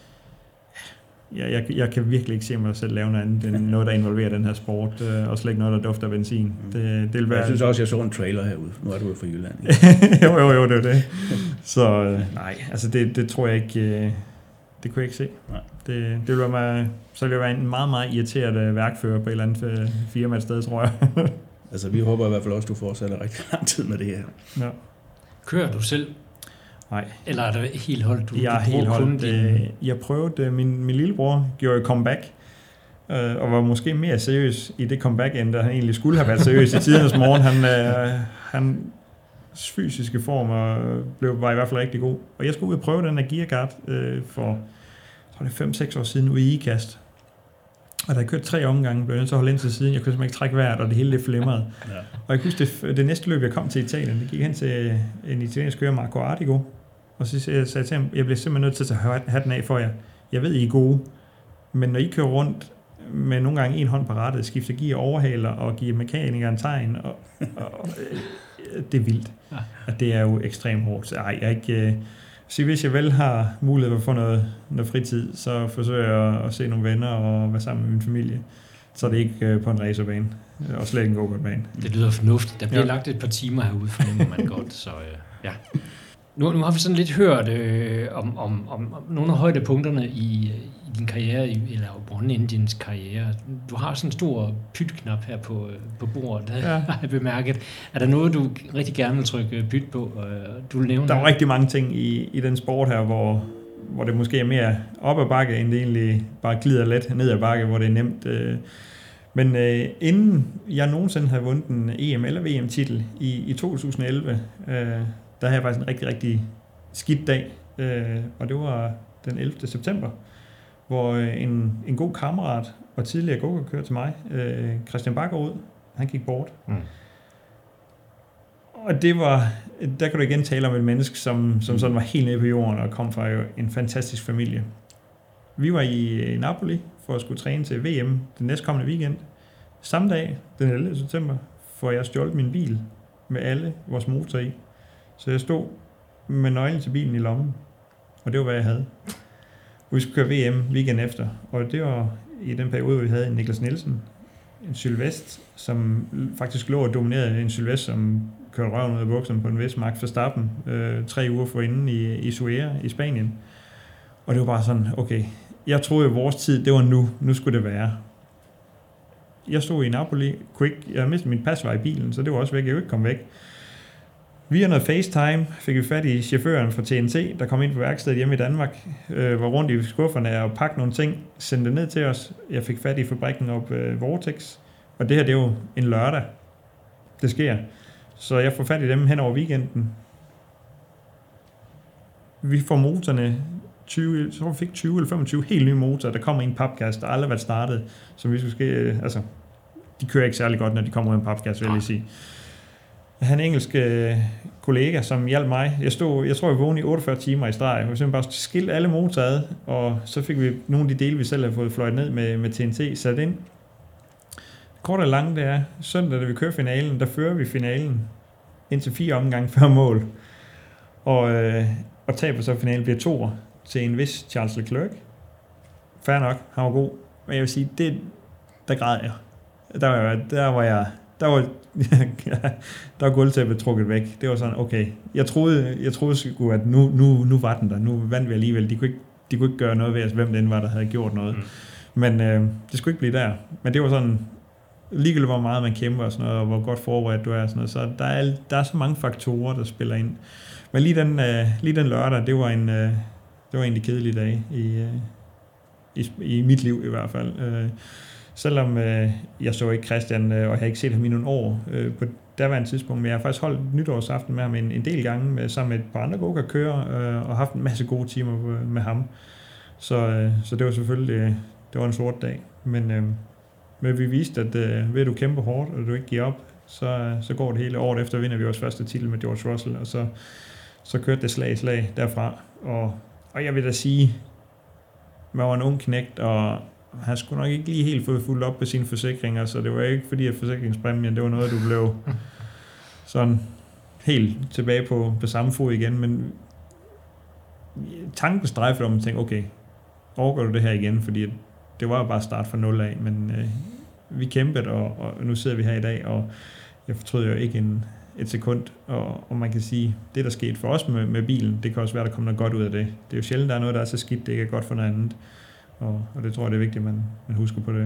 Ja, jeg, jeg kan virkelig ikke se mig selv lave noget andet end noget, der involverer den her sport, øh, og slet ikke noget, der dufter af benzin. Mm. Det, det vil være... Jeg synes også, jeg så en trailer herude. Nu er du ude fra Jylland. jo, jo, jo, det er det. Så øh, nej, altså det, det tror jeg ikke, øh, det kunne jeg ikke se. Nej. Det, det ville være meget, så ville jeg være en meget, meget irriteret værkfører på et eller andet firma et sted, tror jeg. Altså vi håber i hvert fald også, du fortsætter rigtig lang tid med det her. Ja. Kører du selv? Nej. Eller er det helt holdt? Du, jeg er helt holdt. Din... Jeg prøvede, min, min lillebror gjorde comeback, øh, og var måske mere seriøs i det comeback, end der han egentlig skulle have været seriøs i tidernes morgen. Han, øh, hans fysiske form og blev, var i hvert fald rigtig god. Og jeg skulle ud og prøve den her gearkart øh, for fem seks år siden ude i IKAST. Og da jeg kørte tre omgange, blev jeg så holdt ind til siden. Jeg kunne simpelthen ikke trække vejret, og det hele lidt flimrede. Ja. Og jeg kunne huske, det, det næste løb, jeg kom til Italien, det gik hen til en italiensk kører, Marco Ardigo. Og så sagde jeg til ham, jeg bliver simpelthen nødt til at tage hatten af for jer. Jeg ved, I er gode, men når I kører rundt med nogle gange en hånd på rattet, skifter gear, overhaler og giver mekanikeren tegn, og, og, og det er vildt. Ja. Og det er jo ekstremt hårdt. Så ej, jeg er ikke... Så hvis jeg vel har mulighed for at få noget, noget fritid, så forsøger jeg at se nogle venner og være sammen med min familie. Så er det ikke på en racerbane, og slet ikke en go-kart-bane. Det lyder fornuftigt. Der bliver ja. lagt et par timer herude, fornemmer man godt. Så øh, ja. Nu, nu har vi sådan lidt hørt øh, om, om, om, om nogle af højdepunkterne i, i din karriere, eller Born Indians karriere. Du har sådan en stor pytknap her på, på bordet, ja. har jeg bemærket. Er der noget, du rigtig gerne vil trykke pyt på? Du vil nævne der er rigtig mange ting i, i den sport her, hvor, hvor det måske er mere op ad bakke, end det egentlig bare glider let ned ad bakke, hvor det er nemt. Øh. Men øh, inden jeg nogensinde havde vundet en E M- eller V M-titel i, i to tusind og elleve, øh, der havde jeg faktisk en rigtig, rigtig skidt dag. Øh, og det var den ellevte september, hvor en, en god kammerat og tidligere go-kart-kører til mig, øh, Christian Bakkerud, han gik bort. Mm. Og det var, der kan du igen tale om et menneske, som, som sådan var helt nede på jorden og kom fra jo en fantastisk familie. Vi var i Napoli for at skulle træne til V M den næstkommende weekend. Samme dag, den ellevte september, får jeg stjålet min bil med alle vores motorer i. Så jeg stod med nøglen til bilen i lommen, og det var, hvad jeg havde. Og vi skulle køre V M weekend efter, og det var i den periode, hvor vi havde en Niklas Nielsen, en Sylvest, som faktisk lå og dominerede en Sylvest, som kørte røven ud af bukserne på en vis Max Verstappen, øh, tre uger forinden i, i Suera i Spanien. Og det var bare sådan, okay, jeg troede at vores tid, det var nu, nu skulle det være. Jeg stod i Napoli, kunne ikke, jeg mistede mit pas var i bilen, så det var også væk, jeg kunne ikke komme væk. Via noget FaceTime fik vi fat i chaufføren fra T N T, der kom ind på værkstedet hjemme i Danmark, øh, var rundt i skufferne og pakkede nogle ting, sendte det ned til os. Jeg fik fat i fabrikken op øh, Vortex, og det her det er jo en lørdag, det sker. Så jeg får fat i dem hen over weekenden. Vi får motorerne tyve, så vi fik tyve eller femogtyve helt nye motorer, der kommer i en papkasse, der aldrig har været startet, som vi skulle ske, øh, altså, de kører ikke særlig godt, når de kommer ud af en papkasse, vil jeg sige. Han er en engelsk øh, kollega, som hjalp mig. Jeg stod, jeg tror, jeg vågnede i otteogfyrre timer i streg. Vi simpelthen bare skilte alle motorer ad, og så fik vi nogle af de dele, vi selv havde fået fløjt ned med, med T N T, sat ind. Kort og langt det er, søndag, da vi kører finalen, der fører vi finalen indtil fire omgange før mål. Og, øh, og taber så finalen bliver toer til en vis Charles Leclerc. Fair nok, han var god. Men jeg vil sige, det, der græd jeg. Der var, der var jeg... Der var, der var gulvtæppet trukket væk. Det var sådan, okay. Jeg troede, jeg troede sgu, at nu, nu, nu var den der. Nu vandt vi alligevel. De kunne ikke, de kunne ikke gøre noget ved os, hvem den var, der havde gjort noget. Mm. Men øh, det skulle ikke blive der. Men det var sådan, ligegyldigt hvor meget man kæmper og sådan noget, og hvor godt forberedt du er og sådan noget. Så der er, der er så mange faktorer, der spiller ind. Men lige den, øh, lige den lørdag, det var en, øh, det var en af de kedelige dage i, øh, i, i mit liv i hvert fald. Øh, Selvom øh, jeg så ikke Christian, øh, og jeg har ikke set ham i nogle år øh, på derværende tidspunkt, men jeg har faktisk holdt nytårsaften med ham en, en del gange, med, sammen med et par andre go-kart-kører, øh, og haft en masse gode timer med ham. Så, øh, så det var selvfølgelig øh, det var en sort dag. Men, øh, men vi viste, at øh, ved at du kæmper hårdt, og du ikke giver op, så, så går det hele. Året efter vinder vi vores første titel med George Russell, og så, så kørte det slag i slag derfra. Og, og jeg vil da sige, man var en ung knægt, og han skulle nok ikke lige helt fået fuldt op på sine forsikringer, så det var ikke fordi, at forsikringspræmien, det var noget, du blev sådan helt tilbage på, på samme fod igen, men tanken strejfede om at tænke, okay, overgår du det her igen, fordi det var jo bare start fra nul af, men øh, vi kæmpede, og, og nu sidder vi her i dag, og jeg fortrød jo ikke en, et sekund, og, og man kan sige, det der skete for os med, med bilen, det kan også være, der kommer noget godt ud af det. Det er jo sjældent, der er noget, der er så skidt, det ikke er godt for noget andet. Og, og det tror jeg, det er vigtigt, at man, man husker på det.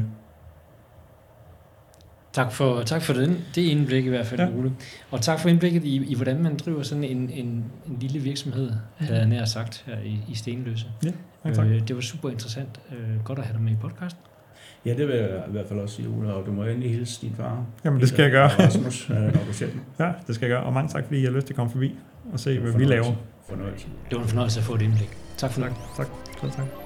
Tak for, tak for den, det indblik i hvert fald, ja. Ole. Og tak for indblikket i, i hvordan man driver sådan en, en, en lille virksomhed, ja. Der er nær sagt her i, i Stenløse. Ja, tak. Øh, det var super interessant. Øh, godt at have dig med i podcasten. Ja, det vil jeg i hvert fald også sige, Ole, og du må endelig hilse din far. Jamen, det skal jeg gøre. Rasmus, når du ser den. Ja, det skal jeg gøre. Og mange tak, fordi jeg har lyst til at komme forbi og se, hvad vi laver. Fornøjelse. Det var en fornøjelse at få et indblik. Tak for det. Tak. Tak. Tak.